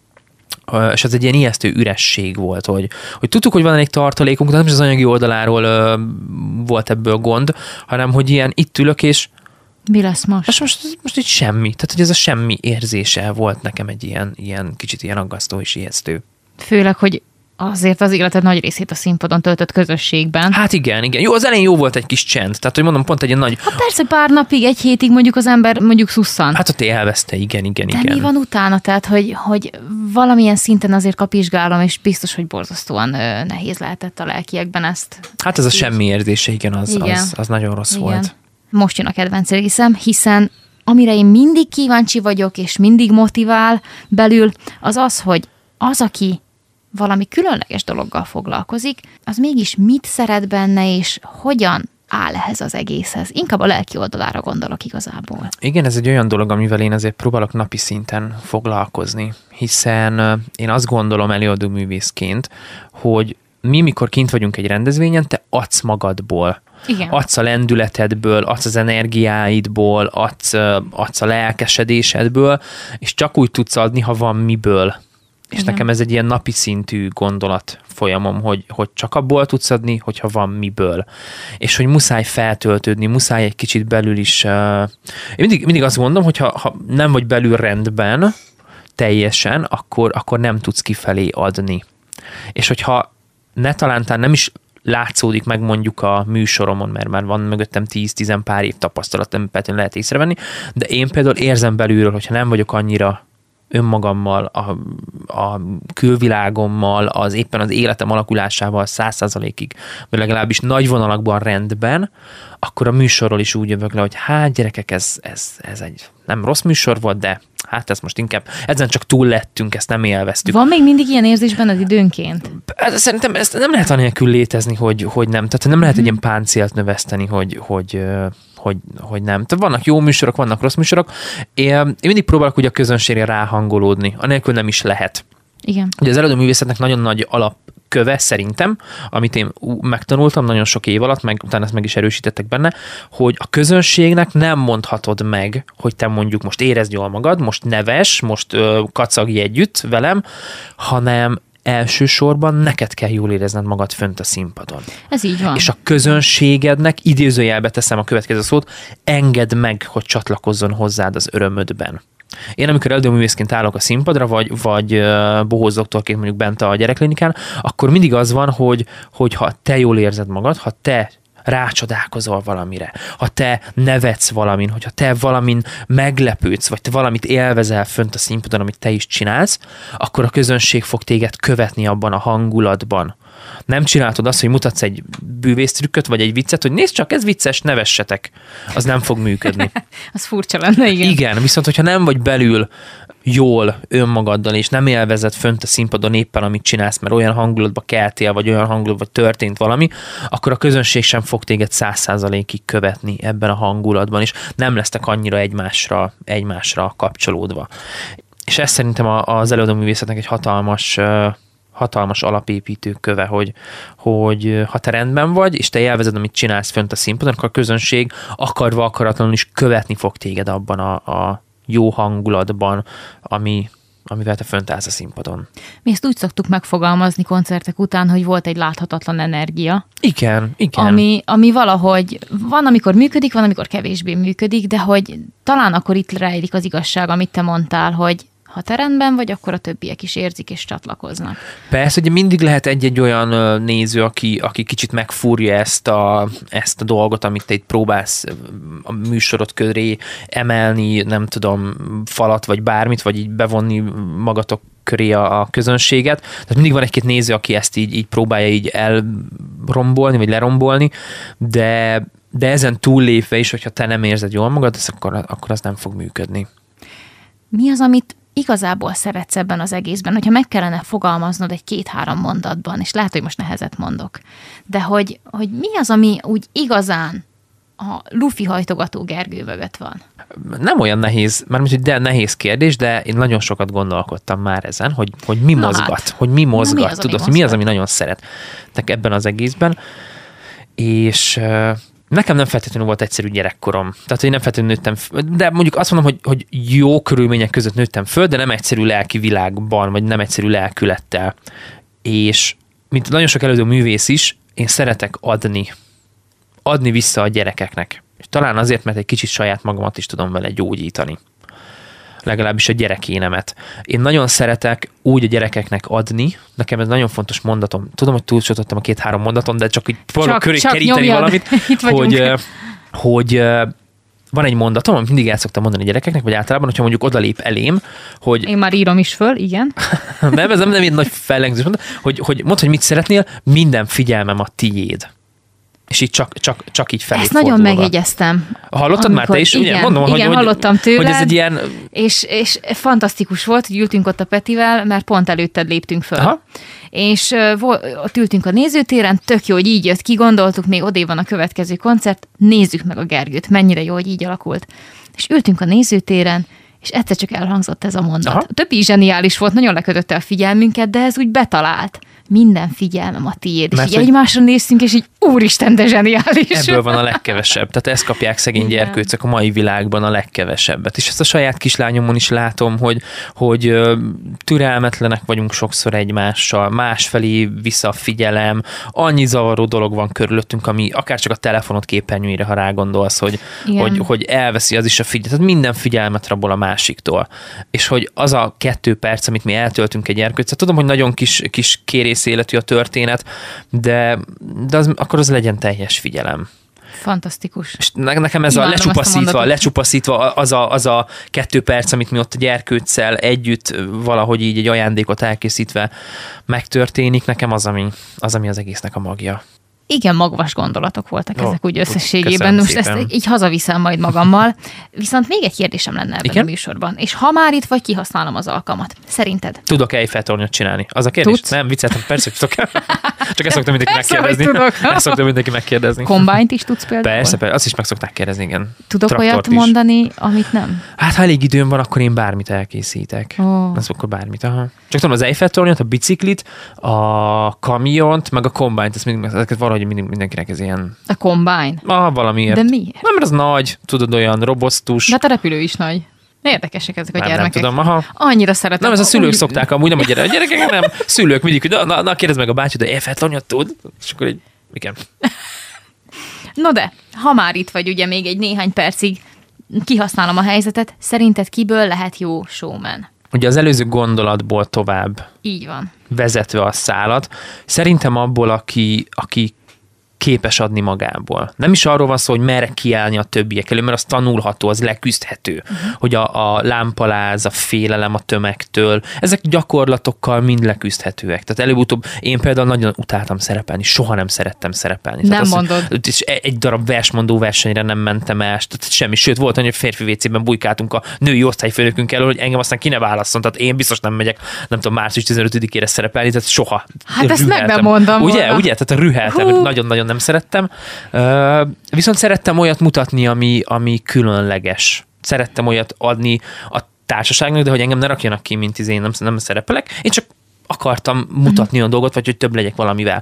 És ez egy ilyen ijesztő üresség volt, hogy, hogy tudtuk, hogy van egy tartalékunk, de nem is az anyagi oldaláról uh, volt ebből gond, hanem hogy ilyen itt ülök, és mi lesz most? Most, most, most itt semmi. Tehát, hogy ez a semmi érzése volt nekem egy ilyen, ilyen kicsit ilyen aggasztó és ijesztő. Főleg, hogy azért az életed nagy részét a színpadon töltött közösségben. Hát igen, igen. Jó, az elején jó volt egy kis csend. Tehát, hogy mondom, pont egy ilyen nagy... Hát persze pár napig, egy hétig mondjuk az ember mondjuk szusszan. Hát ott élvezte, igen, igen, de igen. mi van utána? Tehát, hogy, hogy valamilyen szinten azért kapizsgálom, és biztos, hogy borzasztóan ö, nehéz lehetett a lelkiekben ezt. Hát ez a semmi érzése, igen, az, igen. az, az nagyon rossz igen. volt. Most jön a kedvenc részem, hiszen amire én mindig kíváncsi vagyok, és mindig motivál belül, az az, hogy az, aki valami különleges dologgal foglalkozik, az mégis mit szeret benne, és hogyan áll ehhez az egészhez. Inkább a lelki oldalára gondolok igazából. Igen, ez egy olyan dolog, amivel én azért próbálok napi szinten foglalkozni, hiszen én azt gondolom előadó művészként, hogy mi, mikor kint vagyunk egy rendezvényen, te adsz magadból. Igen. Adsz a lendületedből, adsz az energiáidból, adsz, adsz a lelkesedésedből, és csak úgy tudsz adni, ha van miből. És igen. nekem ez egy ilyen napi szintű gondolat folyamom, hogy, hogy csak abból tudsz adni, hogyha van miből. És hogy muszáj feltöltődni, muszáj egy kicsit belül is... Uh... Én mindig, mindig azt gondolom, hogy ha, ha nem vagy belül rendben teljesen, akkor, akkor nem tudsz kifelé adni. És hogyha ne talántán nem is látszódik meg mondjuk a műsoromon, mert már van mögöttem tíz-tizen pár év tapasztalat, nem lehet észrevenni, de én például érzem belülről, hogyha nem vagyok annyira önmagammal, a, a külvilágommal, az éppen az életem alakulásával száz százalékig, vagy legalábbis nagy vonalakban rendben, akkor a műsorról is úgy jövök le, hogy hát gyerekek, ez, ez, ez egy nem rossz műsor volt, de hát ez most inkább, ezen csak túl lettünk, ezt nem élveztük. Van még mindig ilyen érzésben az időnként? Szerintem ezt nem lehet anélkül létezni, hogy, hogy nem. Tehát nem lehet egy ilyen páncélt növeszteni, hogy, hogy, hogy, hogy nem. Tehát vannak jó műsorok, vannak rossz műsorok. Én, én mindig próbálok ugye a közönségre ráhangolódni, anélkül nem is lehet. Igen. Ugye az előadóművészetnek nagyon nagy alapköve szerintem, amit én megtanultam nagyon sok év alatt, meg utána ezt meg is erősítettek benne, hogy a közönségnek nem mondhatod meg, hogy te mondjuk most érezd jól magad, most neves, most ö, kacagj együtt velem, hanem elsősorban neked kell jól érezned magad fönt a színpadon. Ez így van. És a közönségednek, idézőjelbe teszem a következő szót, engedd meg, hogy csatlakozzon hozzád az örömödben. Én amikor előadóművészként állok a színpadra, vagy, vagy bohóz doktorként mondjuk bent a gyerekklinikán, akkor mindig az van, hogy, hogy ha te jól érzed magad, ha te rácsodálkozol valamire, ha te nevetsz valamin, hogyha te valamin meglepődsz, vagy te valamit élvezel fönt a színpadon, amit te is csinálsz, akkor a közönség fog téged követni abban a hangulatban. Nem csináltad azt, hogy mutatsz egy bűvésztrükköt, vagy egy viccet, hogy nézd csak, ez vicces, nevessetek. Az nem fog működni. Az furcsa lenne, igen. Igen, viszont hogyha nem vagy belül jól önmagaddal, és nem élvezed fönt a színpadon éppen, amit csinálsz, mert olyan hangulatba keltél, vagy olyan hangulatba, vagy történt valami, akkor a közönség sem fog téged száz százalékig követni ebben a hangulatban, és nem lesztek annyira egymásra, egymásra kapcsolódva. És ez szerintem az előadóművészetnek egy hatalmas hatalmas alapépítő köve, hogy, hogy ha te rendben vagy, és te élvezed, amit csinálsz fönt a színpadon, akkor a közönség akarva akaratlanul is követni fog téged abban a, a jó hangulatban, ami, amivel te fönt állsz a színpadon. Mi ezt úgy szoktuk megfogalmazni koncertek után, hogy volt egy láthatatlan energia. Igen, igen. Ami, ami valahogy van, amikor működik, van, amikor kevésbé működik, de hogy talán akkor itt rejlik az igazság, amit te mondtál, hogy ha te rendben vagy, akkor a többiek is érzik és csatlakoznak. Persze, ugye mindig lehet egy-egy olyan néző, aki, aki kicsit megfúrja ezt a, ezt a dolgot, amit te itt próbálsz a műsorod köré emelni, nem tudom, falat vagy bármit, vagy így bevonni magatok köré a, a közönséget. Tehát mindig van egy-két néző, aki ezt így, így próbálja így elrombolni, vagy lerombolni, de, de ezen túllépve is, hogyha te nem érzed jól magad, akkor, akkor az nem fog működni. Mi az, amit igazából szeretsz ebben az egészben, hogyha meg kellene fogalmaznod egy két-három mondatban, és lehet, hogy most nehezet mondok, de hogy, hogy mi az, ami úgy igazán a lufi hajtogató Gergő mögött van? Nem olyan nehéz, mert de nehéz kérdés, de én nagyon sokat gondolkodtam már ezen, hogy, hogy mi Na mozgat, hát. hogy mi mozgat, mi az, tudod, hogy mi az, ami nagyon szerettek ebben az egészben, és nekem nem feltétlenül volt egyszerű gyerekkorom. Tehát, hogy nem feltétlenül nőttem föl, de mondjuk azt mondom, hogy, hogy jó körülmények között nőttem föl, de nem egyszerű lelki világban, vagy nem egyszerű lelkülettel. És mint nagyon sok előadó művész is, én szeretek adni. Adni vissza a gyerekeknek. Talán azért, mert egy kicsit saját magamat is tudom vele gyógyítani. Legalábbis a gyerekénemet. Én nagyon szeretek úgy a gyerekeknek adni, nekem ez nagyon fontos mondatom. Tudom, hogy túlcsotottam a két-három mondaton, de csak így próbálok köré keríteni nyomjad. Valamit, hogy, hogy van egy mondatom, amit mindig el szoktam mondani a gyerekeknek, vagy általában, hogyha mondjuk odalép elém, hogy... Én már írom is föl, igen. nem, ez nem, nem egy nagy fellengzés mondat, hogy, hogy mondd, hogy mit szeretnél, minden figyelmem a tiéd. És így csak, csak, csak így felé Ezt fordulva. nagyon megjegyeztem. Hallottad amikor, már te is? Igen, ugye? Mondom, igen hogy, hallottam tőled. Hogy ez egy ilyen... És, és fantasztikus volt, hogy ültünk ott a Petivel, mert pont előtted léptünk föl. Aha. És uh, ott ültünk a nézőtéren, tök jó, hogy így jött ki, gondoltuk, még odébb van a következő koncert, nézzük meg a Gergőt, mennyire jó, hogy így alakult. És ültünk a nézőtéren, és egyszer csak elhangzott ez a mondat. Aha. A többi zseniális volt, nagyon lekötötte a figyelmünket, de ez úgy betalált. Minden figyelmem a tiéd. És így egymásra néztünk, és így úristen, de zseniális. Ebből van a legkevesebb. Tehát ezt kapják szegény gyerkőcök a mai világban a legkevesebbet. És ezt a saját kislányomon is látom, hogy, hogy türelmetlenek vagyunk sokszor egymással, másfelé vissza a figyelem, annyi zavaró dolog van körülöttünk, ami akár csak a telefonot képernyőire, ha rágondolsz, hogy, hogy, hogy elveszi az is a figyelmet. Tehát minden figyelmet rabol a másiktól. És hogy az a kettő perc, amit mi eltöltünk egy gyerkőccel, tudom, hogy nagyon kis, kis kérés életű a történet, de, de az, akkor az legyen teljes figyelem. Fantasztikus. És nekem ez Imádom a lecsupaszítva, a lecsupaszítva az a, az a kettő perc, amit mi ott a gyerkőccel együtt valahogy így egy ajándékot elkészítve megtörténik, nekem az, ami az, ami az egésznek a magja. Igen, magvas gondolatok voltak Ó, ezek úgy összességében. Most szépen. ezt így hazaviszem majd magammal. Viszont még egy kérdésem lenne ebben Igen? a műsorban. És ha már itt vagy, kihasználom az alkalmat. Szerinted? Tudok-e Eiffel-tornyot csinálni? Az a kérdés? Tudsz? Nem, vicceltem, persze, hogy tudok. Csak ezt szoktam mindenki Persze, hogy megkérdezni. tudok. Ezt szoktam mindenki megkérdezni. Kombányt is tudsz például? Persze, persze, azt is meg szokták kérdezni, igen. Tudok Traktort olyat is. mondani, amit nem? Hát, ha elég időm van, akkor én bármit elkészítek. Ó. Az akkor bármit, aha. Csak tudom, az Eiffel-tornyot, a biciklit, a kamiont, meg a kombányt, ezt mindig, ezeket valahogy mindig, mindenkinek ez ilyen, A Combine? ah, valamiért. De miért? Nem, mert az nagy, tudod, olyan robosztus. De hát a repülő is nagy. Érdekesek ezek a nem, nem gyermekek. tudom, aha. Annyira szeretem. Nem, ez a szülők Úgy- szokták amúgy, nem a gyerekek, a gyerekek nem. Szülők mindig, hogy na, na, na kérdezd meg a bácsit, de Eiffel-tornyot tud? És akkor egy, igen. No de, ha már itt vagy ugye még egy néhány percig, kihasználom a helyzetet, szerinted kiből lehet jó showman? Ugye az előző gondolatból tovább Így van. vezetve a szálat, szerintem abból, aki, aki képes adni magából. Nem is arról van szó, hogy merre kiállni a többiek elő, mert az tanulható, az leküzdhető. Uh-huh. Hogy a, a lámpaláz, a félelem a tömegtől, ezek gyakorlatokkal mind leküzdhetőek. Tehát előbb-utóbb én például nagyon utáltam szerepelni, soha nem szerettem szerepelni. Nem Tehát az, mondod. És egy darab versmondó versenyre nem mentem el, tehát semmi. Sőt, volt olyan, hogy férfi vécében bujkáltunk a női osztályfőnőkünk elől, hogy engem aztán ki ne válasszon. Tehát én biztos nem megyek, nem tudom, március tizenötödikére szerepelni, tehát soha. Hát ezt meg nem Rüheltem. mondom Ugye, volna. ugye? Tehát rüheltem, Hú. nagyon-nagyon nem szerettem. Uh, viszont szerettem olyat mutatni, ami, ami különleges. Szerettem olyat adni a társaságnak, de hogy engem ne rakjanak ki, mint én nem, nem szerepelek. Én csak akartam mutatni olyan dolgot, vagy hogy több legyek valamivel.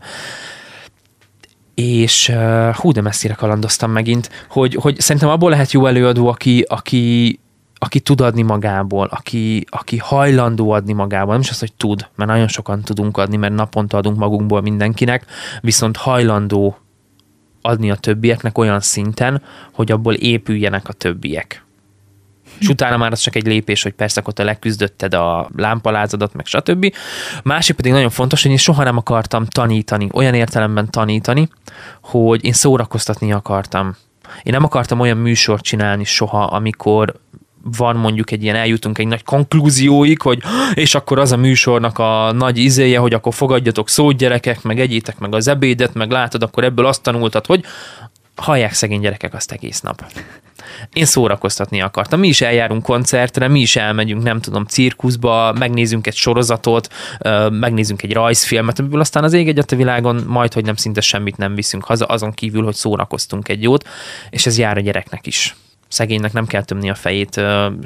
És uh, hú, de messzire kalandoztam megint, hogy, hogy szerintem abból lehet jó előadó, aki, aki aki tud adni magából, aki, aki hajlandó adni magából, nem is az, hogy tud, mert nagyon sokan tudunk adni, mert naponta adunk magunkból mindenkinek, viszont hajlandó adni a többieknek olyan szinten, hogy abból épüljenek a többiek. És utána már az csak egy lépés, hogy persze akkor te leküzdötted a lámpalázadat, meg stb. Másik pedig nagyon fontos, hogy én soha nem akartam tanítani, olyan értelemben tanítani, hogy én szórakoztatni akartam. Én nem akartam olyan műsort csinálni soha, amikor van mondjuk egy ilyen, eljutunk egy nagy konklúzióig, hogy és akkor az a műsornak a nagy izéje, hogy akkor fogadjatok szót gyerekek, meg egyétek meg az ebédet, meg látod, akkor ebből azt tanultad, hogy hallják szegény gyerekek azt egész nap. Én szórakoztatni akartam. Mi is eljárunk koncertre, mi is elmegyünk, nem tudom, cirkuszba, megnézünk egy sorozatot, megnézünk egy rajzfilmet, amiből aztán az ég egyet a világon majd, hogy nem szinte semmit nem viszünk haza, azon kívül, hogy szórakoztunk egy jót, és ez jár a gyereknek is. Szegénynek nem kell tömni a fejét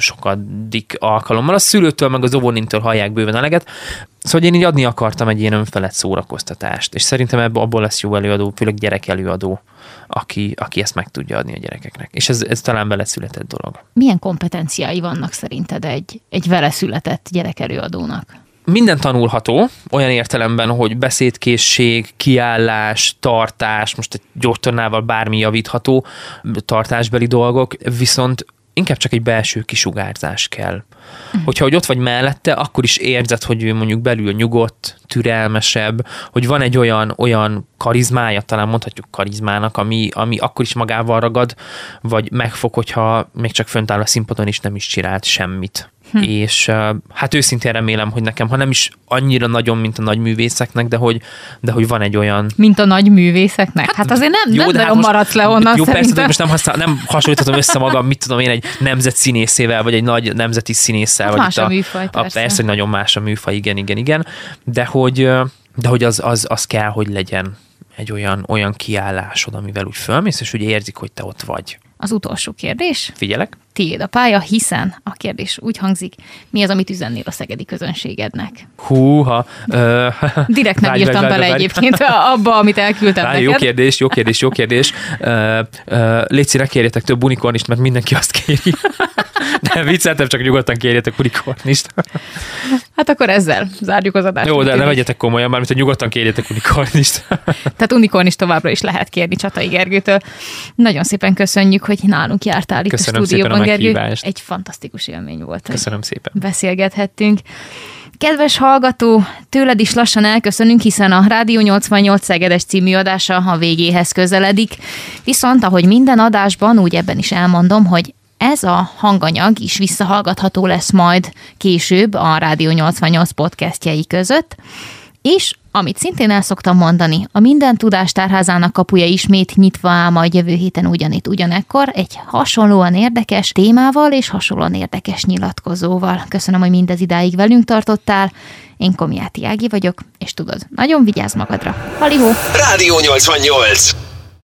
sokadik alkalommal. A szülőtől, meg az óvónintől hallják bőven eleget. Szóval én így adni akartam egy ilyen önfelett szórakoztatást. És szerintem ebből abból lesz jó előadó, főleg gyerek előadó, aki, aki ezt meg tudja adni a gyerekeknek. És ez, ez talán vele született dolog. Milyen kompetenciái vannak szerinted egy, egy vele született gyerekelőadónak? Minden tanulható, olyan értelemben, hogy beszédkészség, kiállás, tartás, most egy gyógytornával bármi javítható, tartásbeli dolgok, viszont inkább csak egy belső kisugárzás kell. Hogyha hogy ott vagy mellette, akkor is érzed, hogy ő mondjuk belül nyugodt, türelmesebb, hogy van egy olyan, olyan karizmája, talán mondhatjuk karizmának, ami, ami akkor is magával ragad, vagy megfog, hogyha még csak fönt áll a színpadon is nem is csinált semmit. Hm. És hát őszintén remélem, hogy nekem, ha nem is annyira nagyon, mint a nagy művészeknek, de hogy, de hogy van egy olyan... Mint a nagy művészeknek? Hát, hát azért nem, jó, nem nagyon hát maradsz le onnan jó, szerintem. persze, de most nem, használ, nem hasonlíthatom össze magam, mit tudom én, egy nemzet színészével, vagy egy nagy nemzeti színésszel. Hát vagy más a, a műfaj, a, persze. Persze, hogy nagyon más a műfaj, igen, igen, igen. De hogy, de hogy az, az, az kell, hogy legyen egy olyan, olyan kiállásod, amivel úgy fölmész, és úgy érzik, hogy te ott vagy. Az utolsó kérdés. Figyelek. Tiéd a pálya, hiszen a kérdés úgy hangzik, mi az, amit üzennél a szegedi közönségednek? Húha. Ö, Direkt nem várj, írtam várj, bele várj, várj. egyébként abba, amit elküldtem Várj, neked. jó kérdés, jó kérdés, jó kérdés. Uh, uh, Léci, ne kérjetek több unikornist, mert mindenki azt kéri. De vicceltem, csak nyugodtan kérjetek unikornist. Hát akkor ezzel zárjuk az adást. Jó, de ne vegyetek komolyan, mármint, hogy nyugodtan kérjetek unikornist. Tehát unikornist továbbra is lehet kérni Csatai Gergőtől. Nagyon szépen köszönjük, hogy nálunk jártál itt Köszönöm a stúdióban, szépen a Gergő. meghívást. Egy fantasztikus élmény volt. Köszönöm szépen. Beszélgethettünk. Kedves hallgató, tőled is lassan elköszönünk, hiszen a Rádió nyolcvannyolc Szegedes című adása a végéhez közeledik. Viszont, ahogy minden adásban, úgy ebben is elmondom, hogy ez a hanganyag is visszahallgatható lesz majd később a Rádió nyolcvannyolc podcastjai között, és amit szintén el szoktam mondani, a Minden Tudás Tárházának kapuja ismét nyitva áll majd jövő héten ugyanitt ugyanekkor, egy hasonlóan érdekes témával és hasonlóan érdekes nyilatkozóval. Köszönöm, hogy mindez idáig velünk tartottál. Én Komjáti Ági vagyok, és tudod, nagyon vigyázz magadra. Halihó! Rádió nyolcvannyolc